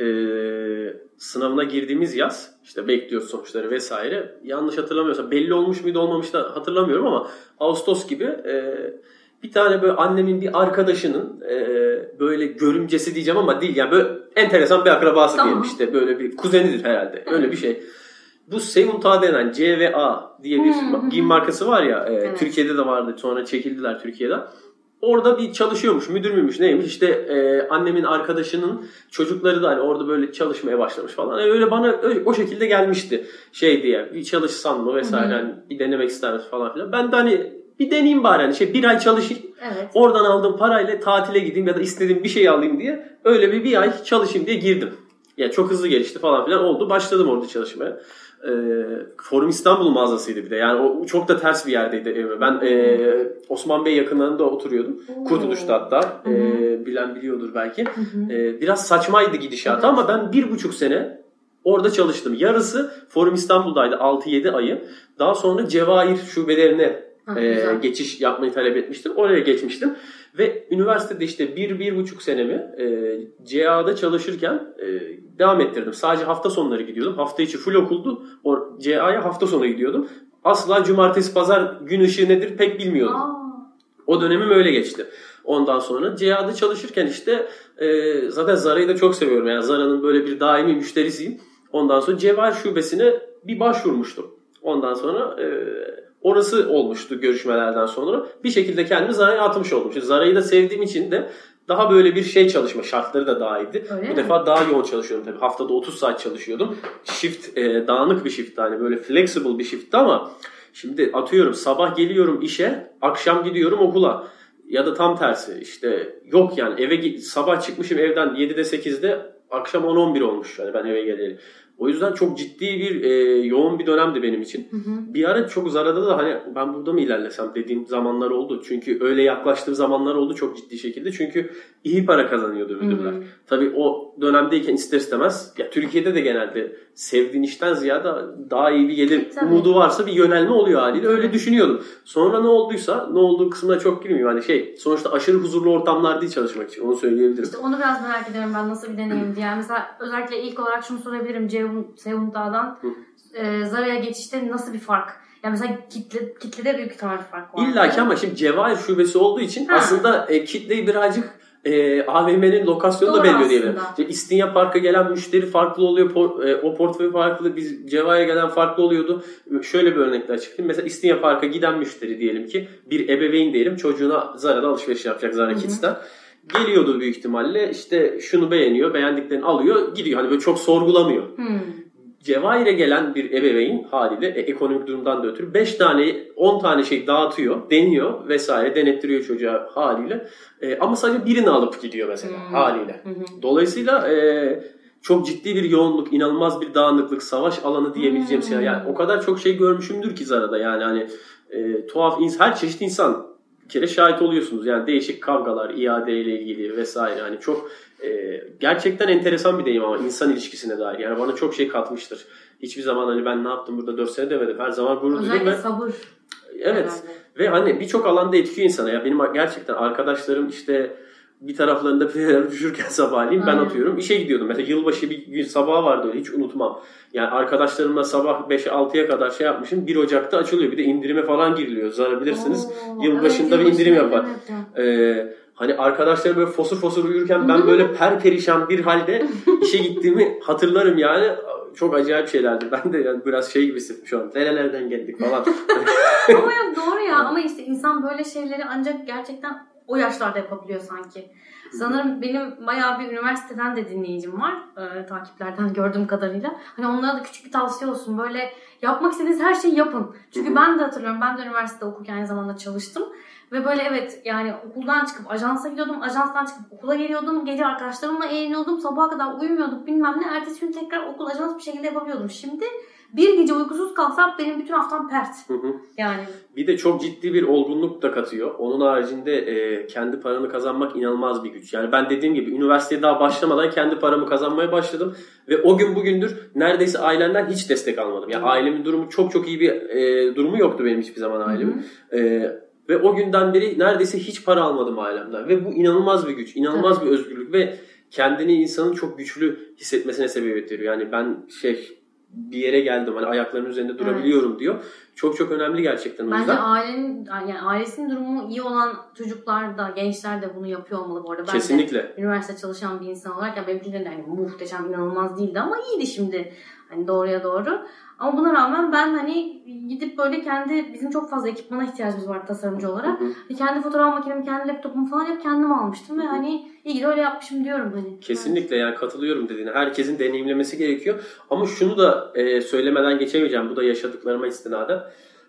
sınavına girdiğimiz yaz işte bekliyoruz sonuçları vesaire. Yanlış hatırlamıyorsam belli olmuş muydu olmamış da hatırlamıyorum ama Ağustos gibi e, bir tane böyle annemin bir arkadaşının e, böyle görümcesi diyeceğim ama değil yani böyle enteresan bir akrabası tamam. diyelim işte böyle bir kuzenidir herhalde öyle bir şey. Bu Seyuntağ denen C ve A diye bir hmm. giyim markası var ya e, evet. Türkiye'de de vardı sonra çekildiler Türkiye'den. Orada bir çalışıyormuş, müdür müymüş neymiş işte e, annemin arkadaşının çocukları da hani orada böyle çalışmaya başlamış falan. Yani öyle bana öyle, o şekilde gelmişti şey diye bir çalışsan mı vesaire hani bir denemek ister misin falan filan. Ben de hani bir deneyeyim bari hani şey bir ay çalışayım. Evet. Oradan aldığım parayla tatile gideyim ya da istediğim bir şey alayım diye öyle bir bir ay çalışayım diye girdim. Yani çok hızlı gelişti falan filan oldu. Başladım orada çalışmaya. E, Forum İstanbul mağazasıydı bir de. Yani o çok da ters bir yerdeydi evime. Ben e, Osman Bey yakınlarında oturuyordum. Oo. Kurtuluş'ta hatta. E, bilen biliyordur belki. E, biraz saçmaydı gidişatı evet. ama ben bir buçuk sene orada çalıştım. Yarısı Forum İstanbul'daydı altı yedi ayı. Daha sonra Cevahir şubelerine ha, e, geçiş yapmayı talep etmiştim. Oraya geçmiştim. Ve üniversitede işte bir, bir buçuk senemi e, C A'da çalışırken e, devam ettirdim. Sadece hafta sonları gidiyordum. Hafta içi full okuldu. O C A'ya hafta sonu gidiyordum. Asla cumartesi, pazar gün ışığı nedir pek bilmiyordum. Aa. O dönemim öyle geçti. Ondan sonra C A'da çalışırken işte e, zaten Zara'yı da çok seviyorum. Yani Zara'nın böyle bir daimi müşterisiyim. Ondan sonra Cevahir şubesine bir başvurmuştum. Ondan sonra... E, Orası olmuştu görüşmelerden sonra. Bir şekilde kendimi Zara'ya atmış oldum. Şimdi Zara'yı da sevdiğim için de daha böyle bir şey çalışma şartları da daha iyiydi. Öyle Bu mi? defa daha yoğun çalışıyorum tabii. Haftada otuz saat çalışıyordum. Shift e, dağınık bir shift hani böyle flexible bir shiftti ama şimdi atıyorum sabah geliyorum işe, akşam gidiyorum okula. Ya da tam tersi işte yok yani eve sabah çıkmışım evden yedide sekizde akşam on on bir olmuş yani ben eve geleli. O yüzden çok ciddi bir e, yoğun bir dönemdi benim için. Hı hı. Bir ara çok Zara'da da hani ben burada mı ilerlesem dediğim zamanlar oldu. Çünkü öyle yaklaştığım zamanlar oldu çok ciddi şekilde. Çünkü iyi para kazanıyordu müdürler. Hı hı. Tabii o dönemdeyken ister istemez ya Türkiye'de de genelde sevdiğin işten ziyade daha iyi bir gelir Tabii. umudu varsa bir yönelme oluyor haliyle. Öyle düşünüyordum. Sonra ne olduysa ne olduğu kısmına çok girmiyorum. Hani şey sonuçta aşırı huzurlu ortamlar değil çalışmak için onu söyleyebilirim. İşte onu biraz merak ediyorum ben nasıl bir deneyimdi. Yani mesela özellikle ilk olarak şunu sorabilirim. Seyuntağ'dan e, Zara'ya geçişte nasıl bir fark? Yani mesela kitle, kitlede büyük ihtimalle fark var. İlla ki ama şimdi Cevahir şubesi olduğu için ha. aslında e, kitleyi birazcık e, A V M'nin lokasyonu da belli diyebilirim. İşte İstinye Park'a gelen müşteri farklı oluyor. Por, e, o portföy farklı. Biz Cevahir'e gelen farklı oluyordu. Şöyle bir örnekle açıklayayım. Mesela İstinye Park'a giden müşteri diyelim ki bir ebeveyn diyelim çocuğuna Zara'da alışveriş yapacak Zara Kids'ten. Geliyordu büyük ihtimalle işte şunu beğeniyor, beğendiklerini alıyor, gidiyor. Hani böyle çok sorgulamıyor. Hmm. Cevahir'e gelen bir ebeveyn haliyle e, ekonomik durumdan da ötürü beş tane, on tane şey dağıtıyor, deniyor vesaire, denettiriyor çocuğa haliyle. E, ama sadece birini alıp gidiyor mesela hmm. haliyle. Hmm. Dolayısıyla e, çok ciddi bir yoğunluk, inanılmaz bir dağınıklık, savaş alanı diyebileceğim hmm. şey. Yani o kadar çok şey görmüşümdür ki Zara'da yani hani e, tuhaf, her çeşit insan bir kere şahit oluyorsunuz. Yani değişik kavgalar, iadeyle ilgili vesaire. Hani çok e, gerçekten enteresan bir deneyim ama insan ilişkisine dair. Yani bana çok şey katmıştır. Hiçbir zaman hani ben ne yaptım burada dört sene demedim. Her zaman gurur duydum. Özellikle sabır. Evet. Herhalde. Ve hani birçok alanda etkiliyor insana. Ya benim gerçekten arkadaşlarım işte bir taraflarında pireler düşürken sabahleyin ben atıyorum. İşe gidiyordum. Mesela yılbaşı bir gün sabahı vardı öyle hiç unutmam. Yani arkadaşlarımla sabah beş altıya kadar şey yapmışım. bir Ocak'ta açılıyor. Bir de indirime falan giriliyor. Zara bilirsiniz. Oo, yılbaşında evet, bir indirim yapar. Ee, hani arkadaşlar böyle fosur fosur uyurken ben böyle perperişan bir halde işe gittiğimi hatırlarım yani. Çok acayip şeylerdi. Ben de yani biraz şey gibi hissettim şu an. Nerelerden geldik falan. Ama yok doğru ya. Ama işte insan böyle şeyleri ancak gerçekten o yaşlarda yapabiliyor sanki. Sanırım benim bayağı bir üniversiteden de dinleyicim var. E, takiplerden gördüğüm kadarıyla. Hani onlara da küçük bir tavsiye olsun. Böyle yapmak istediğiniz her şeyi yapın. Çünkü ben de hatırlıyorum. Ben de üniversitede okurken aynı zamanda çalıştım. Ve böyle evet yani okuldan çıkıp ajansa gidiyordum. Ajanstan çıkıp okula geliyordum. Gece arkadaşlarımla eğleniyordum. Sabaha kadar uyumuyorduk bilmem ne. Ertesi gün tekrar okul ajans bir şekilde yapabiliyordum. Şimdi bir gece uykusuz kalsam benim bütün haftam pert. Hı hı. Yani. Bir de çok ciddi bir olgunluk da katıyor. Onun haricinde e, kendi paranı kazanmak inanılmaz bir güç. Yani ben dediğim gibi üniversiteye daha başlamadan kendi paramı kazanmaya başladım. Ve o gün bugündür neredeyse ailemden hiç destek almadım. Yani ailemin durumu çok çok iyi bir e, durumu yoktu benim hiçbir zaman ailemin. E, ve o günden beri neredeyse hiç para almadım ailemden. Ve bu inanılmaz bir güç, inanılmaz evet. bir özgürlük ve kendini insanın çok güçlü hissetmesine sebebiyet veriyor. Yani ben şey... bir yere geldim hani ayaklarının üzerinde durabiliyorum evet. diyor. Çok çok önemli gerçekten o Bence yüzden. Bence ailenin yani ailesinin durumu iyi olan çocuklar da gençler de bunu yapıyor olmalı bu arada. Ben Kesinlikle. de üniversite çalışan bir insan olarak ya benimkilerin de hani muhteşem inanılmaz değildi ama iyiydi şimdi hani doğruya doğru. Ama buna rağmen ben hani gidip böyle kendi bizim çok fazla ekipmana ihtiyacımız var tasarımcı olarak. Hı hı. Kendi fotoğraf makinemi, kendi laptopumu falan hep kendim almıştım ve hı hı. hani iyi ki de öyle yapmışım diyorum hani. Kesinlikle yani katılıyorum dediğine. Herkesin deneyimlemesi gerekiyor. Ama şunu da e, söylemeden geçemeyeceğim. Bu da yaşadıklarıma istinaden.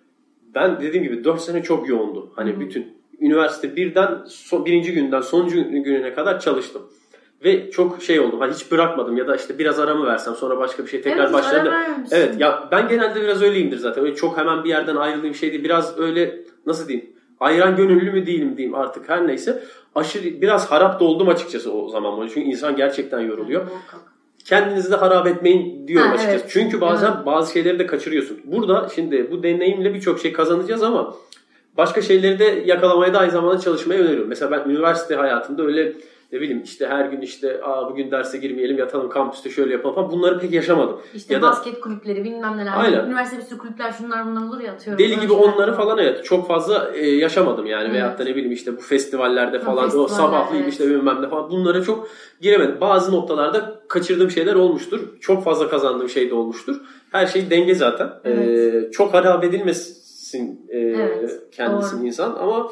Ben dediğim gibi dört sene çok yoğundu. Hani hı-hı. bütün üniversite birden son, birinci günden sonuncu gününe kadar çalıştım. Ve çok şey oldum. Hani hiç bırakmadım ya da işte biraz aramı versem sonra başka bir şey tekrar evet, başladım. Evet ya ben genelde biraz öyleyimdir zaten. Öyle çok hemen bir yerden ayrıldığım şey değil. Biraz öyle nasıl diyeyim? Ayran gönüllü mü değilim diyeyim artık her neyse. Aşırı biraz harap da oldum açıkçası o zaman. Çünkü insan gerçekten yoruluyor. Kendinizi de harap etmeyin diyorum ha, açıkçası. Evet. Çünkü bazen evet. bazı şeyleri de kaçırıyorsun. Burada şimdi bu deneyimle birçok şey kazanacağız ama başka şeyleri de yakalamaya da aynı zamanda çalışmayı öneriyorum. Mesela ben üniversite hayatında öyle ne bileyim işte her gün işte aa bugün derse girmeyelim yatalım kampüste şöyle yapalım falan bunları pek yaşamadım. İşte ya basket da, kulüpleri bilmem neler. Aynen. Üniversite bir sürü kulüpler şunlar bunlar olur ya atıyorum. Deli gibi onları falan evet çok fazla e, yaşamadım yani evet. veyahut da ne bileyim işte bu festivallerde falan festivaller, o sabahlayıp evet. işte bilmem ne falan bunlara çok giremedim. Bazı noktalarda kaçırdığım şeyler olmuştur. Çok fazla kazandığım şey de olmuştur. Her şey denge zaten. Evet. E, çok harap edilmesin e, evet, kendisinin doğru. insan ama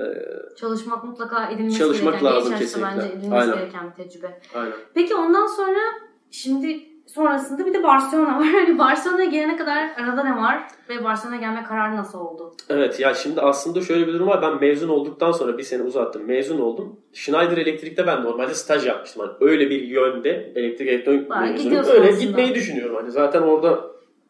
çalışmak mutlaka edilmesi çalışmak gereken, lazım kesinlikle. Bence edilmesi Aynen. gereken bir tecrübe. Aynen. Peki ondan sonra şimdi sonrasında bir de Barcelona var. Hani Barcelona'ya gelene kadar arada ne var ve Barcelona'ya gelme kararı nasıl oldu? Evet ya şimdi aslında şöyle bir durum var. Ben mezun olduktan sonra bir sene uzattım. Mezun oldum. Schneider Elektrik'te ben normalde staj yapmıştım. Hani öyle bir yönde elektrik elektronik mezunum. Öyle aslında. Gitmeyi düşünüyorum. Hani zaten orada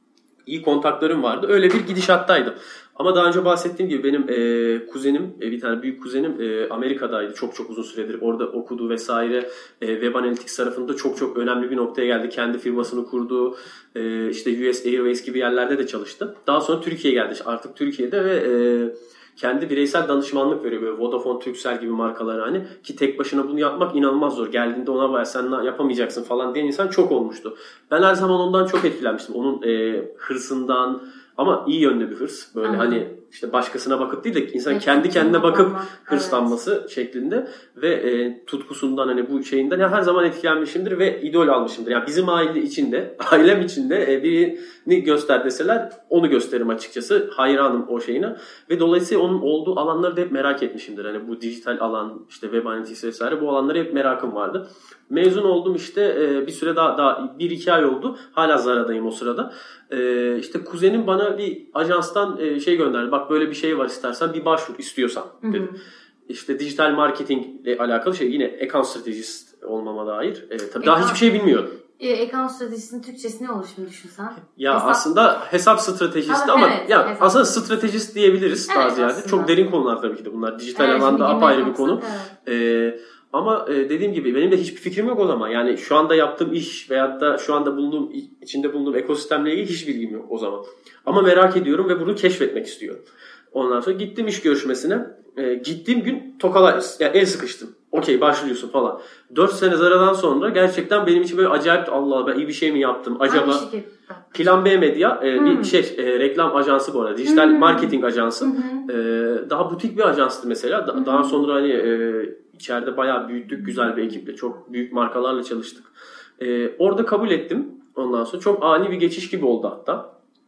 iyi kontaklarım vardı. Öyle bir gidişattaydım. Ama daha önce bahsettiğim gibi benim e, kuzenim, e, bir tane büyük kuzenim e, Amerika'daydı. Çok çok uzun süredir orada okudu vesaire. E, Web Analytics tarafında çok çok önemli bir noktaya geldi. Kendi firmasını kurdu. E, işte U S Airways gibi yerlerde de çalıştı. Daha sonra Türkiye'ye geldi. Artık Türkiye'de ve e, kendi bireysel danışmanlık veriyor. Böyle Vodafone, Turkcell gibi markalara hani. Ki tek başına bunu yapmak inanılmaz zor. Geldiğinde ona var sen yapamayacaksın falan diyen insan çok olmuştu. Ben her zaman ondan çok etkilenmiştim. Onun e, hırsından. Ama iyi yönde bir hırs. Böyle Anladım. hani işte başkasına bakıp değil de insan evet, kendi kendine bakıp olmak. hırslanması evet. şeklinde ve e, tutkusundan hani bu şeyinden ya her zaman etkilenmişimdir ve idol almışımdır. Yani bizim aile içinde, ailem içinde e, birini göster deseler onu gösteririm açıkçası. Hayranım o şeyine ve dolayısıyla onun olduğu alanları da hep merak etmişimdir. Hani bu dijital alan, işte web analytics vesaire bu alanlara hep merakım vardı. Mezun oldum işte e, bir süre daha, daha bir iki ay oldu. Hala Zara'dayım o sırada. E, işte kuzenim bana bir ajanstan e, şey gönderdi. Bak böyle bir şey var istersen bir başvur istiyorsan dedi. Hı hı. İşte dijital marketingle alakalı şey yine account stratejist olmama dair. E, tabii daha hiçbir şey bilmiyordum. E, account stratejisinin Türkçesi ne olur şimdi düşünsen? Ya hesap... aslında hesap stratejisti ama evet, ya hesap. Aslında stratejist diyebiliriz evet, daha ziyade. Çok derin konular tabii ki de bunlar. Dijital evet, alanda apayrı bir konu. Evet. E, Ama e, dediğim gibi benim de hiçbir fikrim yok o zaman. Yani şu anda yaptığım iş veyahut da şu anda bulunduğum içinde bulunduğum ekosistemle ilgili hiç bilgim yok o zaman. Ama merak ediyorum ve bunu keşfetmek istiyorum. Ondan sonra gittim iş görüşmesine. E, gittiğim gün tokala yani el sıkıştım. Okey başlıyorsun falan. dört sene Zara'dan sonra gerçekten benim için böyle acayip Allah ben iyi bir şey mi yaptım acaba? Plan B Medya e, hmm. bir şey e, reklam ajansı bu arada. Dijital hmm. marketing ajansı. Hmm. E, daha butik bir ajanstı mesela. Da, hmm. Daha sonra hani e, İçeride bayağı büyüttük güzel bir ekiple. Çok büyük markalarla çalıştık. Ee, orada kabul ettim. Ondan sonra çok ani bir geçiş gibi oldu hatta.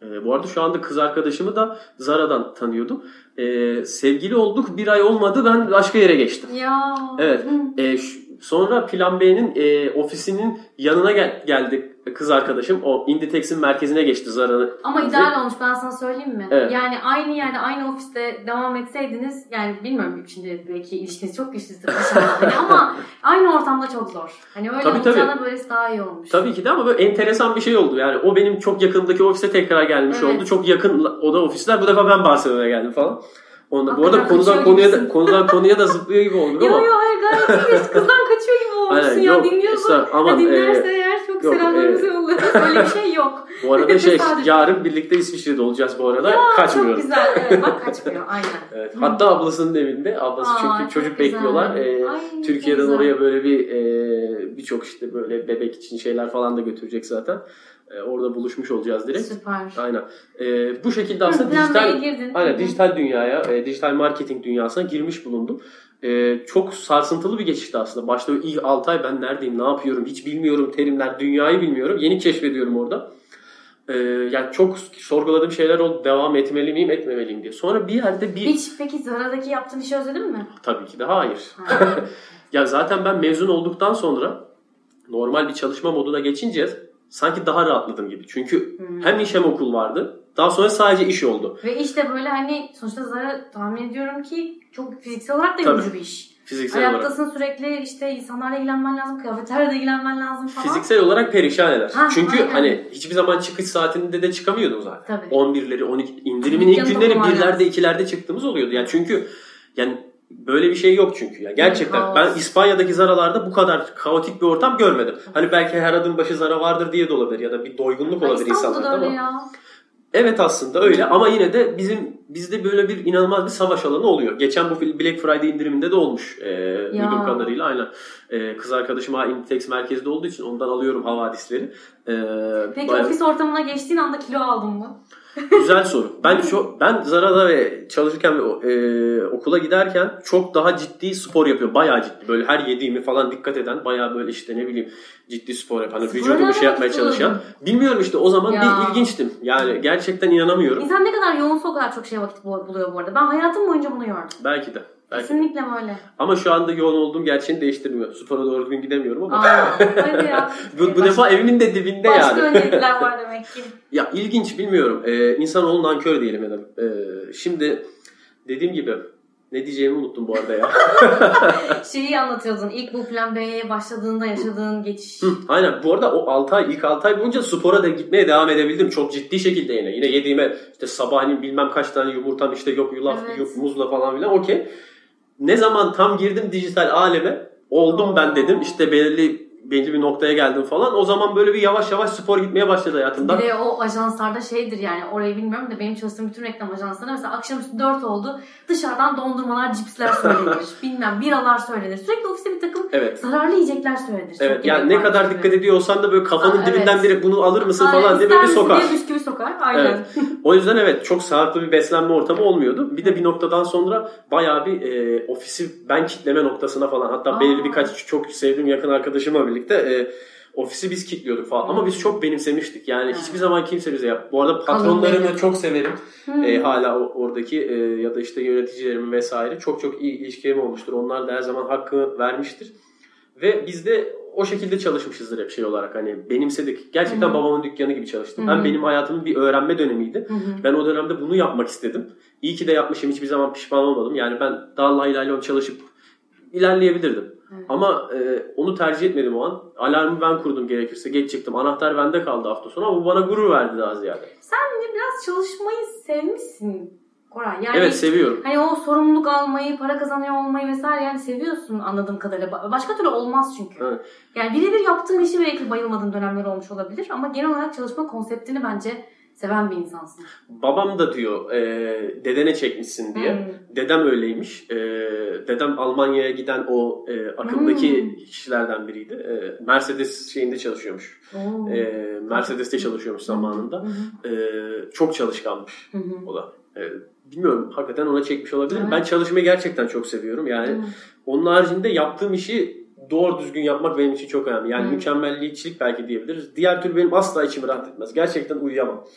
E, bu arada şu anda kız arkadaşımı da Zara'dan tanıyordum. E, sevgili olduk, bir ay olmadı, ben başka yere geçtim. Ya. Evet. E, şu, sonra Plan B'nin e, ofisinin yanına gel- geldik. Kız arkadaşım o Inditex'in merkezine geçti Zara'nın. Ama ideal olmuş, ben sana söyleyeyim mi? Evet. Yani aynı yerde aynı ofiste devam etseydiniz, yani bilmiyorum şimdi belki ilişkiniz çok güçlüdür hani ama aynı ortamda çok zor. Hani öyle tabii, olacağına tabii. böylesi daha iyi olmuş. Tabii ki de ama böyle enteresan bir şey oldu. Yani o benim çok yakındaki ofise tekrar gelmiş evet. oldu. Çok yakın oda ofisler. Bu defa ben Barcelona'ya geldim falan. Onda, bu arada konudan konuya da, konudan konuya da zıplıyor gibi oldu ama. Yok yok hayır gayet iyi. Kızdan kaçıyor gibi olmuşsun. Aynen, ya yok, dinliyorsun. Ama dinlerse e, eğer çok yok, selamlarımızı e, yolluyoruz. Öyle bir şey yok. Bu arada şey yarın birlikte İsviçre'de olacağız bu arada. Ya, kaçmıyoruz. Çok güzel. Evet, bak kaçmıyor. Aynen. Evet. Hatta ablasının evinde. Ablası Aa, çünkü çocuk güzel. bekliyorlar. Ee, Ay, Türkiye'den oraya böyle bir e, birçok işte böyle bebek için şeyler falan da götürecek zaten. E, orada buluşmuş olacağız direkt. Süper. Aynen. E, bu şekilde aslında Hı, dijital aynen, Hı. dijital dünyaya, e, dijital marketing dünyasına girmiş bulundum. E, çok sarsıntılı bir geçişti aslında. Başta ilk altı ay ben neredeyim, ne yapıyorum, hiç bilmiyorum terimler, dünyayı bilmiyorum. Yeni keşfediyorum orada. Ee, yani çok sorguladığım şeyler oldu. Devam etmeli miyim, etmemeliyim diye. Sonra bir yerde bir... Hiç peki Zara'daki yaptığın işi özledin mi? Tabii ki de hayır. Ya zaten ben mezun olduktan sonra normal bir çalışma moduna geçince sanki daha rahatladım gibi. Çünkü hmm. hem iş hem okul vardı. Daha sonra sadece iş oldu. Ve işte böyle hani sonuçta Zara tahmin ediyorum ki çok fiziksel olarak da yorucu bir iş. Fiziksel Ayaktasın olarak. Sürekli işte insanlarla ilgilenmen lazım, kıyafetlerle ilgilenmen lazım falan. Fiziksel olarak perişan eder. Ha, Çünkü aynen. hani hiçbir zaman çıkış saatinde de çıkamıyordun zaten. Tabii. on birleri, on iki indirimin ilk günleri birlerde, ikilerde çıktığımız oluyordu. Yani çünkü yani böyle bir şey yok çünkü. Yani gerçekten Kaos. Ben İspanya'daki Zara'larda bu kadar kaotik bir ortam görmedim. Hani belki her adım başı Zara vardır diye de olabilir ya da bir doygunluk olabilir insanlarda ama. Ya. Evet aslında öyle ama yine de bizim bizde böyle bir inanılmaz bir savaş alanı oluyor. Geçen bu Black Friday indiriminde de olmuş e, duyduğum kadarıyla aynen. E, kız arkadaşım ha Inditex merkezde olduğu için ondan alıyorum havadisleri. E, Peki bayağı... ofis ortamına geçtiğin anda kilo aldın mı? Güzel soru. Ben şu ben Zara'da ve çalışırken ve e, okula giderken çok daha ciddi spor yapıyorum. Bayağı ciddi. Böyle her yediğimi falan dikkat eden, bayağı böyle işte ne bileyim ciddi spor yapan, hani vücudumu şey yapmaya çalışan. Bilmiyorum işte o zaman ya. bir ilginçtim. Yani gerçekten inanamıyorum. İnsan ne kadar yoğunsa o kadar çok şeye vakit buluyor bu arada. Ben hayatım boyunca bunu gördüm. Belki de. Belki Kesinlikle de. öyle. Ama şu anda yoğun olduğum gerçeğini değiştirmiyor. Spora doğru düzgün gidemiyorum ama. Aa, hadi ya. bu bu başka, defa evimin de dibinde başka yani. Başka öneriler var demek ki. Ya ilginç bilmiyorum. Ee, insanoğlu nankör diyelim ya da. Ee, şimdi dediğim gibi ne diyeceğimi unuttum bu arada ya. Şeyi anlatıyordun. İlk bu Plan B'ye başladığında yaşadığın geçiş. Hı, aynen. Bu arada o altı ay, ilk altı ay boyunca spora da gitmeye devam edebildim. Çok ciddi şekilde yine. Yine yediğime işte sabahleyin bilmem kaç tane yumurtam işte yok yulaf, evet. yok muzla falan filan. Okey. Ne zaman tam girdim dijital aleme oldum Oo. ben dedim. İşte belirli belli bir noktaya geldim falan. O zaman böyle bir yavaş yavaş spor gitmeye başladı hayatımda. Bir de o ajanslarda şeydir yani orayı bilmiyorum da benim çalıştığım bütün reklam ajanslarında mesela akşamüstü dört oldu. Dışarıdan dondurmalar, cipsler söylenir. Bilmem biralar söylenir. Sürekli ofiste bir takım evet. zararlı yiyecekler söylenir. Evet çok yani ne kadar gibi. Dikkat ediyor olsan da böyle kafanın Aa, dibinden evet. biri bunu alır mısın Aynen, falan diye böyle bir sokar. Diye bisküvi sokar. Aynen. Evet. O yüzden evet çok sağlıklı bir beslenme ortamı olmuyordu. Bir de bir noktadan sonra bayağı bir e, ofisi ben kitleme noktasına falan hatta Aa. belirli birkaç çok sevdiğim yakın arkadaşımla birlikte e, ofisi biz kilitliyorduk falan. Hmm. Ama biz çok benimsemiştik. Yani hmm. hiçbir zaman kimse bize yap. Bu arada patronlarımı çok severim. Hmm. E, hala oradaki e, ya da işte yöneticilerimi vesaire. Çok çok iyi ilişkilerim olmuştur. Onlar da her zaman hakkını vermiştir. Ve biz de o şekilde çalışmışızdır hep şey olarak. Hani benimsedik. Gerçekten hmm. babamın dükkanı gibi çalıştım. Hmm. Hem benim hayatımın bir öğrenme dönemiydi. Hmm. Ben o dönemde bunu yapmak istedim. İyi ki de yapmışım. Hiçbir zaman pişman olmadım. Yani ben daha lay lay lay çalışıp ilerleyebilirdim. Evet. Ama e, onu tercih etmedim o an. Alarmı ben kurdum gerekirse. Geç çıktım. Anahtar bende kaldı hafta sonu ama bu bana gurur verdi daha ziyade. Sen biraz çalışmayı sevmişsin Koray. Yani evet seviyorum. Hani o sorumluluk almayı, para kazanıyor olmayı vesaire yani seviyorsun anladığım kadarıyla. Başka türlü olmaz çünkü. Evet. Yani birebir yaptığın işi belki bayılmadığın dönemler olmuş olabilir ama genel olarak çalışma konseptini bence seven bir insansın. Babam da diyor e, dedene çekmişsin diye. Hmm. Dedem öyleymiş. E, dedem Almanya'ya giden o e, akımdaki hmm. kişilerden biriydi. E, Mercedes şeyinde çalışıyormuş. Hmm. E, Mercedes'te çalışıyormuş zamanında. Hmm. E, çok çalışkanmış hmm. o da. E, bilmiyorum hakikaten ona çekmiş olabilir. Evet. Ben çalışmayı gerçekten çok seviyorum. Yani hmm. onun haricinde yaptığım işi doğru düzgün yapmak benim için çok önemli. Yani hmm. mükemmelliyetçilik belki diyebiliriz. Diğer türlü benim asla içimi rahat etmez. Gerçekten uyuyamam.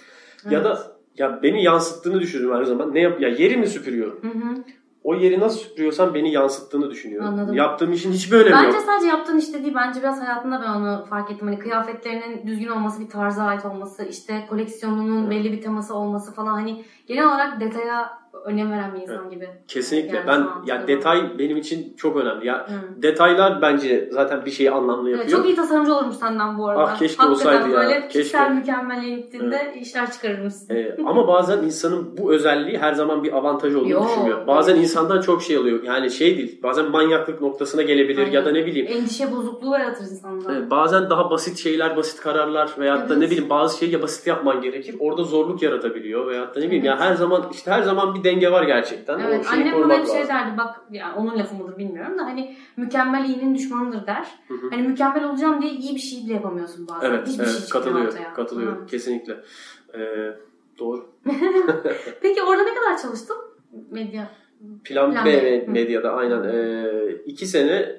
Evet. Ya da ya beni yansıttığını düşünüyorum her zaman. Ne yap ya yerimi süpürüyorum. Hı hı. O yeri nasıl süpürüyorsam beni yansıttığını düşünüyorum. Anladım. Yaptığım işin hiçbir önemi bence yok. Bence sadece yaptığın işte değil. Bence biraz hayatında ben onu fark ettim. Hani kıyafetlerinin düzgün olması, bir tarza ait olması, işte koleksiyonunun evet. belli bir teması olması falan. Hani genel olarak detaya önem veren bir insan evet. gibi. Kesinlikle. Yani ben ya yani detay benim için çok önemli. Ya hmm. detaylar bence zaten bir şeyi anlamlı yapıyor. Evet, çok iyi tasarımcı olurmuş senden bu arada. Ah keşke hakikaten olsaydı ya. Böyle keşke. kişisel mükemmeliyetinde evet. işler çıkarırmışsın. Ee, ama bazen insanın bu özelliği her zaman bir avantaj olduğunu Yo, düşünmüyor. Bazen evet. insandan çok şey alıyor. Yani şey değil. Bazen manyaklık noktasına gelebilir Aynen. ya da ne bileyim. Endişe bozukluğu yaratır insanlar. Ee, bazen daha basit şeyler, basit kararlar veyahut evet. da ne bileyim bazı şeyi ya basit yapman gerekir. Orada zorluk yaratabiliyor veyahut da ne bileyim. Evet. Ya her zaman işte her zaman bir denge var gerçekten. Evet. Annem bana bir şey derdi. Bak yani onun lafı mıdır bilmiyorum da hani mükemmel iyinin düşmanıdır der. Hı hı. Hani mükemmel olacağım diye iyi bir şey bile yapamıyorsun bazen. Evet, Hiçbir evet şey katılıyorum. Ortaya. Katılıyorum. Hı. Kesinlikle. Ee, doğru. Peki orada ne kadar çalıştın? Medya. Plan, Plan B, B medyada aynen. Ee, iki sene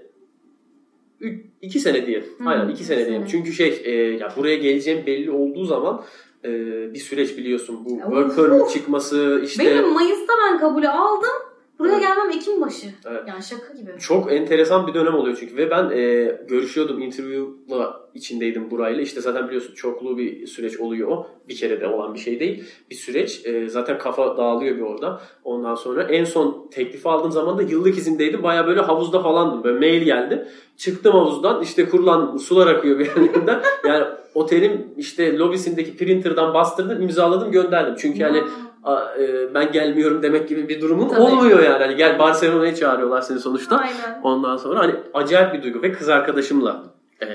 iki sene diyelim. Hı, aynen iki sene diyelim. Çünkü şey e, ya buraya geleceğim belli olduğu zaman e, bir süreç biliyorsun. Bu work permit çıkması işte. Benim Mayıs'ta ben kabulü aldım. Buraya evet. gelmem Ekim başı. Evet. Yani şaka gibi. Çok enteresan bir dönem oluyor çünkü. Ve ben e, görüşüyordum, interview'la içindeydim burayla. İşte zaten biliyorsun çoklu bir süreç oluyor o. Bir kere de olan bir şey değil. Bir süreç. E, zaten kafa dağılıyor bir orada. Ondan sonra en son teklifi aldığım zaman da yıllık izindeydim. Baya böyle havuzda falandım. Böyle mail geldi. Çıktım havuzdan. İşte kurulan sular akıyor bir yanından. Yani otelin işte lobisindeki printer'dan bastırdım, imzaladım, gönderdim. Çünkü yani ben gelmiyorum demek gibi bir durumun Tabii. olmuyor yani. Hani gel Barcelona'ya çağırıyorlar seni sonuçta. Aynen. Ondan sonra hani acayip bir duygu ve kız arkadaşımla e,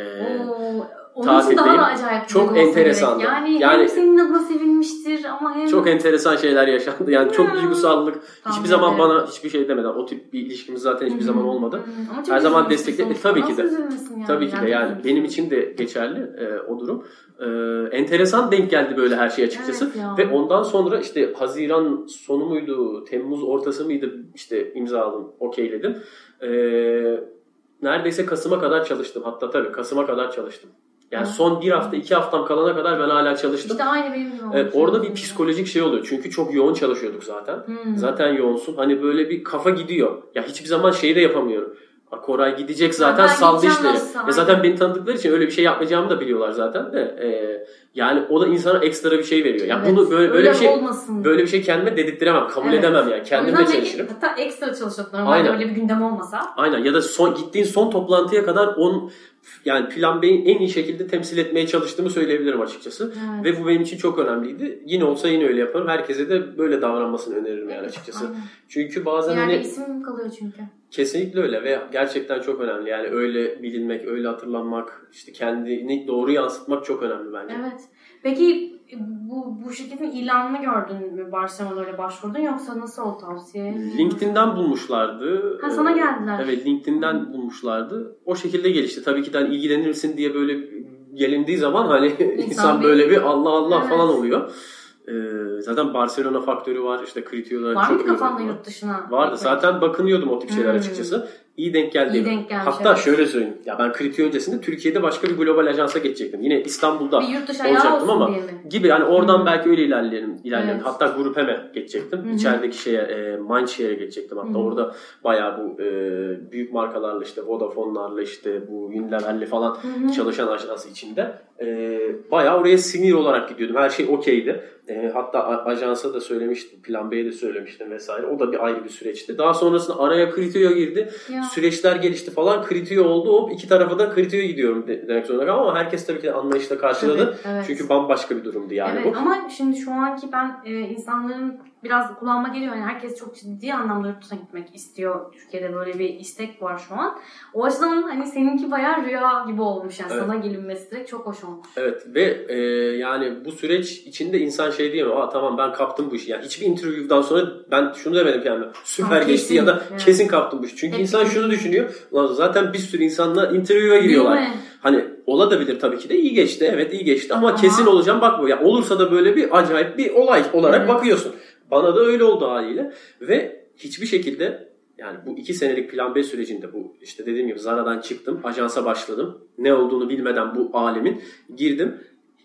Onun için daha da acayip. Çok enteresan. Yani, yani hem senin adına sevinmiştir ama hem... Çok enteresan şeyler yaşandı. Yani çok duygusallık. Tamam, hiçbir zaman evet. bana hiçbir şey demeden. O tip bir ilişkimiz zaten hiçbir zaman olmadı. Her zaman destekledi. Tabii ki de. Yani? Tabii ki de yani. Benim için de geçerli e, o durum. E, enteresan denk geldi böyle her şey açıkçası. Evet Ve ondan sonra işte Haziran sonu muydu, Temmuz ortası mıydı işte imzaladım, okeyledim. E, neredeyse Kasım'a kadar çalıştım. Hatta tabii Kasım'a kadar çalıştım. Yani son bir hafta, iki haftam kalana kadar ben hala çalıştım. İşte aynı benim gibi olmuş. Evet, orada bir psikolojik şey oluyor. Çünkü çok yoğun çalışıyorduk zaten. Hmm. Zaten yoğunsun. Hani böyle bir kafa gidiyor. Ya hiçbir zaman şeyi de yapamıyorum. Koray gidecek zaten, saldı işleri. Ve zaten beni tanıdıkları için öyle bir şey yapmayacağımı da biliyorlar zaten de. Ee, yani o da insana ekstra bir şey veriyor. Yani evet, bunu böyle böyle bir şey olmasın. Böyle bir şey kendime dedirttiremem, kabul evet. edemem yani. Kendimle çalışırım. Hatta ekstra çalışıyorduk normalde öyle bir gündem olmasa. Aynen ya da son gittiğin son toplantıya kadar on yani Plan B'yi en iyi şekilde temsil etmeye çalıştığımı söyleyebilirim açıkçası. Evet. Ve bu benim için çok önemliydi. Yine olsa yine öyle yaparım. Herkese de böyle davranmasını öneririm yani açıkçası. Aynen. Çünkü bazen yani hani isim kalıyor çünkü. Kesinlikle öyle ve gerçekten çok önemli. Yani öyle bilinmek, öyle hatırlanmak, işte kendini doğru yansıtmak çok önemli bence. Evet. Peki bu bu şirketin ilanını gördün mü? Barcelona'da öyle başvurdun yoksa nasıl oldu tavsiye? LinkedIn'den bulmuşlardı. Ha sana geldiler. Evet LinkedIn'den Hı. bulmuşlardı. O şekilde gelişti. Tabii ki de hani ilgilenir misin diye böyle gelindiği zaman hani insan, insan böyle bir Allah Allah evet. falan oluyor. Ee, zaten Barcelona faktörü var. İşte Critio'da var çok mıydı kafanda yurt dışına? Vardı. Zaten bakınıyordum o tip şeyler hmm. açıkçası. İyi denk geldi. İyi denk gelmiş. Hatta evet. şöyle söyleyeyim. Ya ben Critio öncesinde Türkiye'de başka bir global ajansa geçecektim. Yine İstanbul'da bir yurt dışı olacaktım ama gibi hani oradan hmm. belki öyle ilerleyelim. ilerleyelim. Evet. Hatta Grup Hem'e geçecektim. Hmm. İçerideki şeye e, Mindshare'e geçecektim. Hatta hmm. orada bayağı bu e, büyük markalarla işte Vodafone'larla işte bu Unilever'le falan hmm. çalışan ajans içinde e, bayağı oraya senior olarak gidiyordum. Her şey okeydi. E, hatta ajansa da söylemiştim. Plan B'ye de söylemiştim vesaire. O da bir ayrı bir süreçti. Daha sonrasında araya Critio girdi. Ya. Süreçler gelişti falan. Critio oldu. Hop iki tarafa da Critio'ya gidiyorum demek zorunda kaldım ama herkes tabii ki de anlayışla karşıladı. Evet, evet. Çünkü bambaşka bir durumdu yani evet, bu. Ama şimdi şu anki ben e, insanların biraz kulağıma geliyor. Yani herkes çok ciddi anlamda yurt dışına gitmek istiyor. Türkiye'de böyle bir istek var şu an. O açıdan hani seninki bayağı rüya gibi olmuş. Yani evet. sana gelinmesi direkt çok hoş olmuş. Evet ve e, yani bu süreç içinde insan şey diyemiyor. Aa tamam ben kaptım bu işi. Yani hiçbir interview'dan sonra ben şunu demedim yani süper ha, geçti kesin. ya da evet. kesin kaptım bu işi. Çünkü Hep insan şunu düşünüyor. Ulan zaten bir sürü insanla interview'a giriyorlar. Hani olabilir tabii ki de iyi geçti. Evet iyi geçti ama Aha. kesin olacağım bakmıyor. Yani olursa da böyle bir acayip bir olay olarak evet. bakıyorsun. Bana da öyle oldu haliyle ve hiçbir şekilde yani bu iki senelik Plan B sürecinde bu işte dediğim gibi Zara'dan çıktım, ajansa başladım. Ne olduğunu bilmeden bu alemin girdim.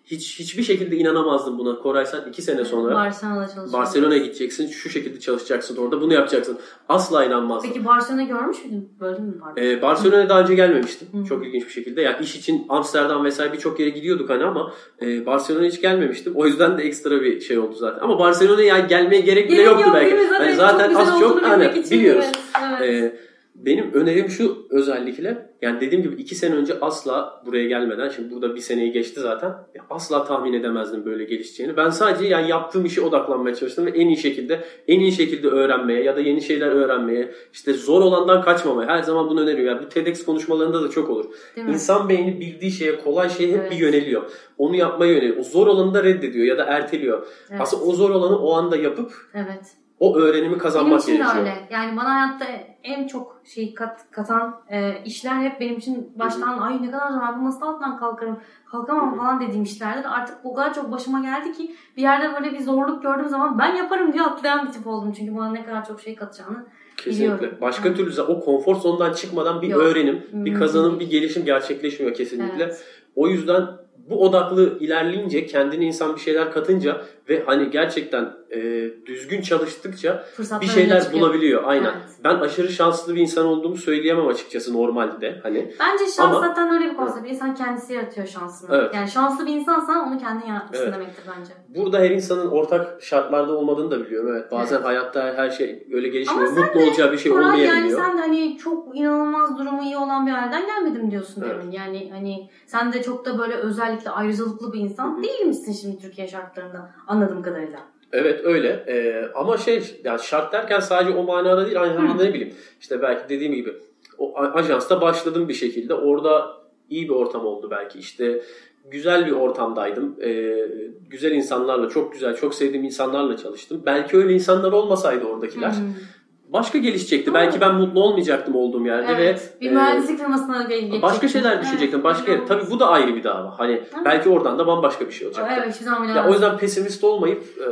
hiç hiçbir şekilde inanamazdım buna. Koray sen iki sene sonra Barcelona'da çalışacaksın. Barcelona'ya gideceksin. Şu şekilde çalışacaksın orada. Bunu yapacaksın. Asla inanmazdım. Peki Barcelona görmüş müydün? Böyle mi vardı? Ee, Barcelona'ya daha önce gelmemiştim. Hı. Çok ilginç bir şekilde. Yani iş için Amsterdam vesaire birçok yere gidiyorduk hani ama e, Barcelona'ya hiç gelmemiştim. O yüzden de ekstra bir şey oldu zaten. Ama Barcelona'ya yani gelmeye gerek bile yoktu belki. Zaten, yani zaten çok az çok hani, biliyoruz. Evet, evet. Ee, benim önerim şu özellikle, yani dediğim gibi iki sene önce asla buraya gelmeden, şimdi burada bir seneyi geçti zaten, asla tahmin edemezdim böyle gelişeceğini. Ben sadece yani yaptığım işe odaklanmaya çalıştım ve en iyi şekilde en iyi şekilde öğrenmeye ya da yeni şeyler öğrenmeye, işte zor olandan kaçmamaya her zaman bunu öneriyorum. Yani bu TEDx konuşmalarında da çok olur. İnsan beyni bildiği şeye, kolay şeye hep evet. bir yöneliyor. Onu yapmaya yöneliyor. O zor olanı da reddediyor ya da erteliyor. Evet. Aslında o zor olanı o anda yapıp evet. o öğrenimi kazanmak gerekiyor. Benim için de öyle. Yani bana hayatta en çok şey kat, katan e, işler hep benim için baştan ay ne kadar zor, ben bu nasıl altından kalkarım, kalkamam Hı-hı. falan dediğim işlerdi. Artık o kadar çok başıma geldi ki bir yerde böyle bir zorluk gördüğüm zaman ben yaparım diye atlayan bir tip oldum. Çünkü bana ne kadar çok şey katacağını Kesinlikle. biliyorum. Başka evet. türlü o konfor zonundan çıkmadan bir Yok. öğrenim, bir kazanım, bir gelişim gerçekleşmiyor kesinlikle. Evet. O yüzden bu odaklı ilerleyince, kendine insan bir şeyler katınca ve hani gerçekten e, düzgün çalıştıkça Fırsatlar bir şeyler bulabiliyor. Aynen. Evet. Ben aşırı şanslı bir insan olduğumu söyleyemem açıkçası normalde. Hani. Bence şans Ama, zaten öyle bir konsept. İnsan kendisi yaratıyor şansını. Evet. Yani şanslı bir insansan onu kendin yaratmışsın evet. demektir bence. Burada her insanın ortak şartlarda olmadığını da biliyorum. Evet. Bazen evet. hayatta her şey öyle gelişmiyor. Ama mutlu olacağı bir şey Koray, olmayabiliyor. Yani sen de hani çok inanılmaz durumu iyi olan bir aileden gelmedim diyorsun evet. demin. Yani hani sen de çok da böyle özellikle ayrıcalıklı bir insan Hı-hı. değil misin şimdi Türkiye şartlarında anladığım kadarıyla? Evet öyle ee, ama şey yani şart derken sadece o manada değil, aynı zamanda ne bileyim işte belki dediğim gibi o ajansta başladım bir şekilde, orada iyi bir ortam oldu belki, işte güzel bir ortamdaydım, ee, güzel insanlarla, çok güzel, çok sevdiğim insanlarla çalıştım, belki öyle insanlar olmasaydı oradakiler hmm. başka gelişecekti. Hmm. Belki ben mutlu olmayacaktım olduğum yerde evet. ve bir mühendislik firmasına geçecektim. Başka şeyler düşecektim. Evet. Başka yer. Tabii bu da ayrı bir dava. Hani evet. belki oradan da bambaşka bir şey olacaktı. Evet, hiçbir zaman ya o yüzden pesimist olmayıp e,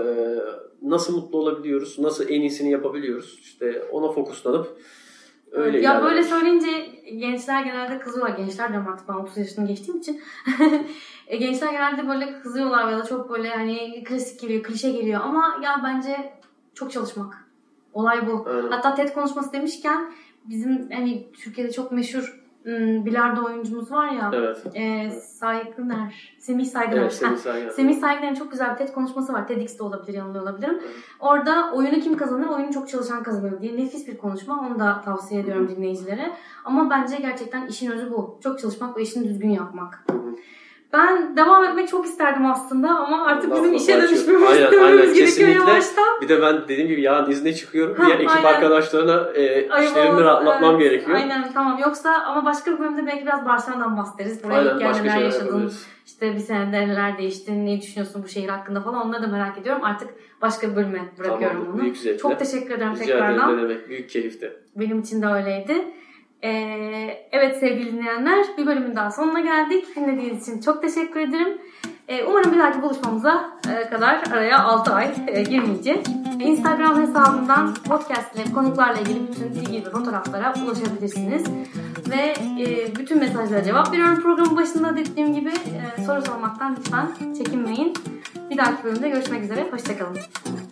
nasıl mutlu olabiliyoruz, nasıl en iyisini yapabiliyoruz, işte ona fokuslanıp öyle. Ya böyle söyleyince gençler genelde kızıyorlar. Gençler diyorum artık, ben otuz yaşını geçtiğim için. Gençler genelde böyle kızıyorlar ya da çok böyle hani klasik geliyor, klişe geliyor ama ya bence çok çalışmak. Olay bu. Aynen. Hatta TED konuşması demişken bizim hani Türkiye'de çok meşhur ım, bilardo oyuncumuz var ya. Evet. E, Saygıner. Semih Saygıner. Evet, Semih Saygıner. Semih Saygıner'in çok güzel bir TED konuşması var. TEDx'te olabilir, yanılıyor olabilirim. Evet. Orada oyunu kim kazanır? Oyunu çok çalışan kazanır diye nefis bir konuşma. Onu da tavsiye ediyorum Hı-hı. dinleyicilere. Ama bence gerçekten işin özü bu. Çok çalışmak ve işini düzgün yapmak. Hı-hı. Ben devam etmek çok isterdim aslında ama artık Allah bizim Allah işe dönüşmemiz istememiz gerekiyor yavaştan. Bir de ben dediğim gibi yarın izne çıkıyorum. Diğer ekip aynen. arkadaşlarına e, işlerini rahatlatmam evet, gerekiyor. Aynen tamam. Yoksa ama başka bir bölümde belki biraz Barcelona'dan bahsederiz. Buraya ilk gel neler yaşadın. İşte bir senede neler değişti. Ne düşünüyorsun bu şehir hakkında falan. Onları da merak ediyorum. Artık başka bir bölüme bırakıyorum tamam, onu. Büyük zevkle. Çok teşekkür ederim Rica tekrardan. Rica ederim. Demek. Büyük keyifti. Benim için de öyleydi. Ee, evet sevgili dinleyenler, bir bölümün daha sonuna geldik. Dinlediğiniz için çok teşekkür ederim. Ee, umarım bir dahaki buluşmamıza e, kadar araya altı ay e, girmeyecek. Instagram hesabından podcast ile konuklarla ilgili bütün bilgi ve fotoğraflara ulaşabilirsiniz. Ve e, bütün mesajlara cevap veriyorum programın başında dediğim gibi. E, soru sormaktan lütfen çekinmeyin. Bir dahaki bölümde görüşmek üzere. Hoşçakalın.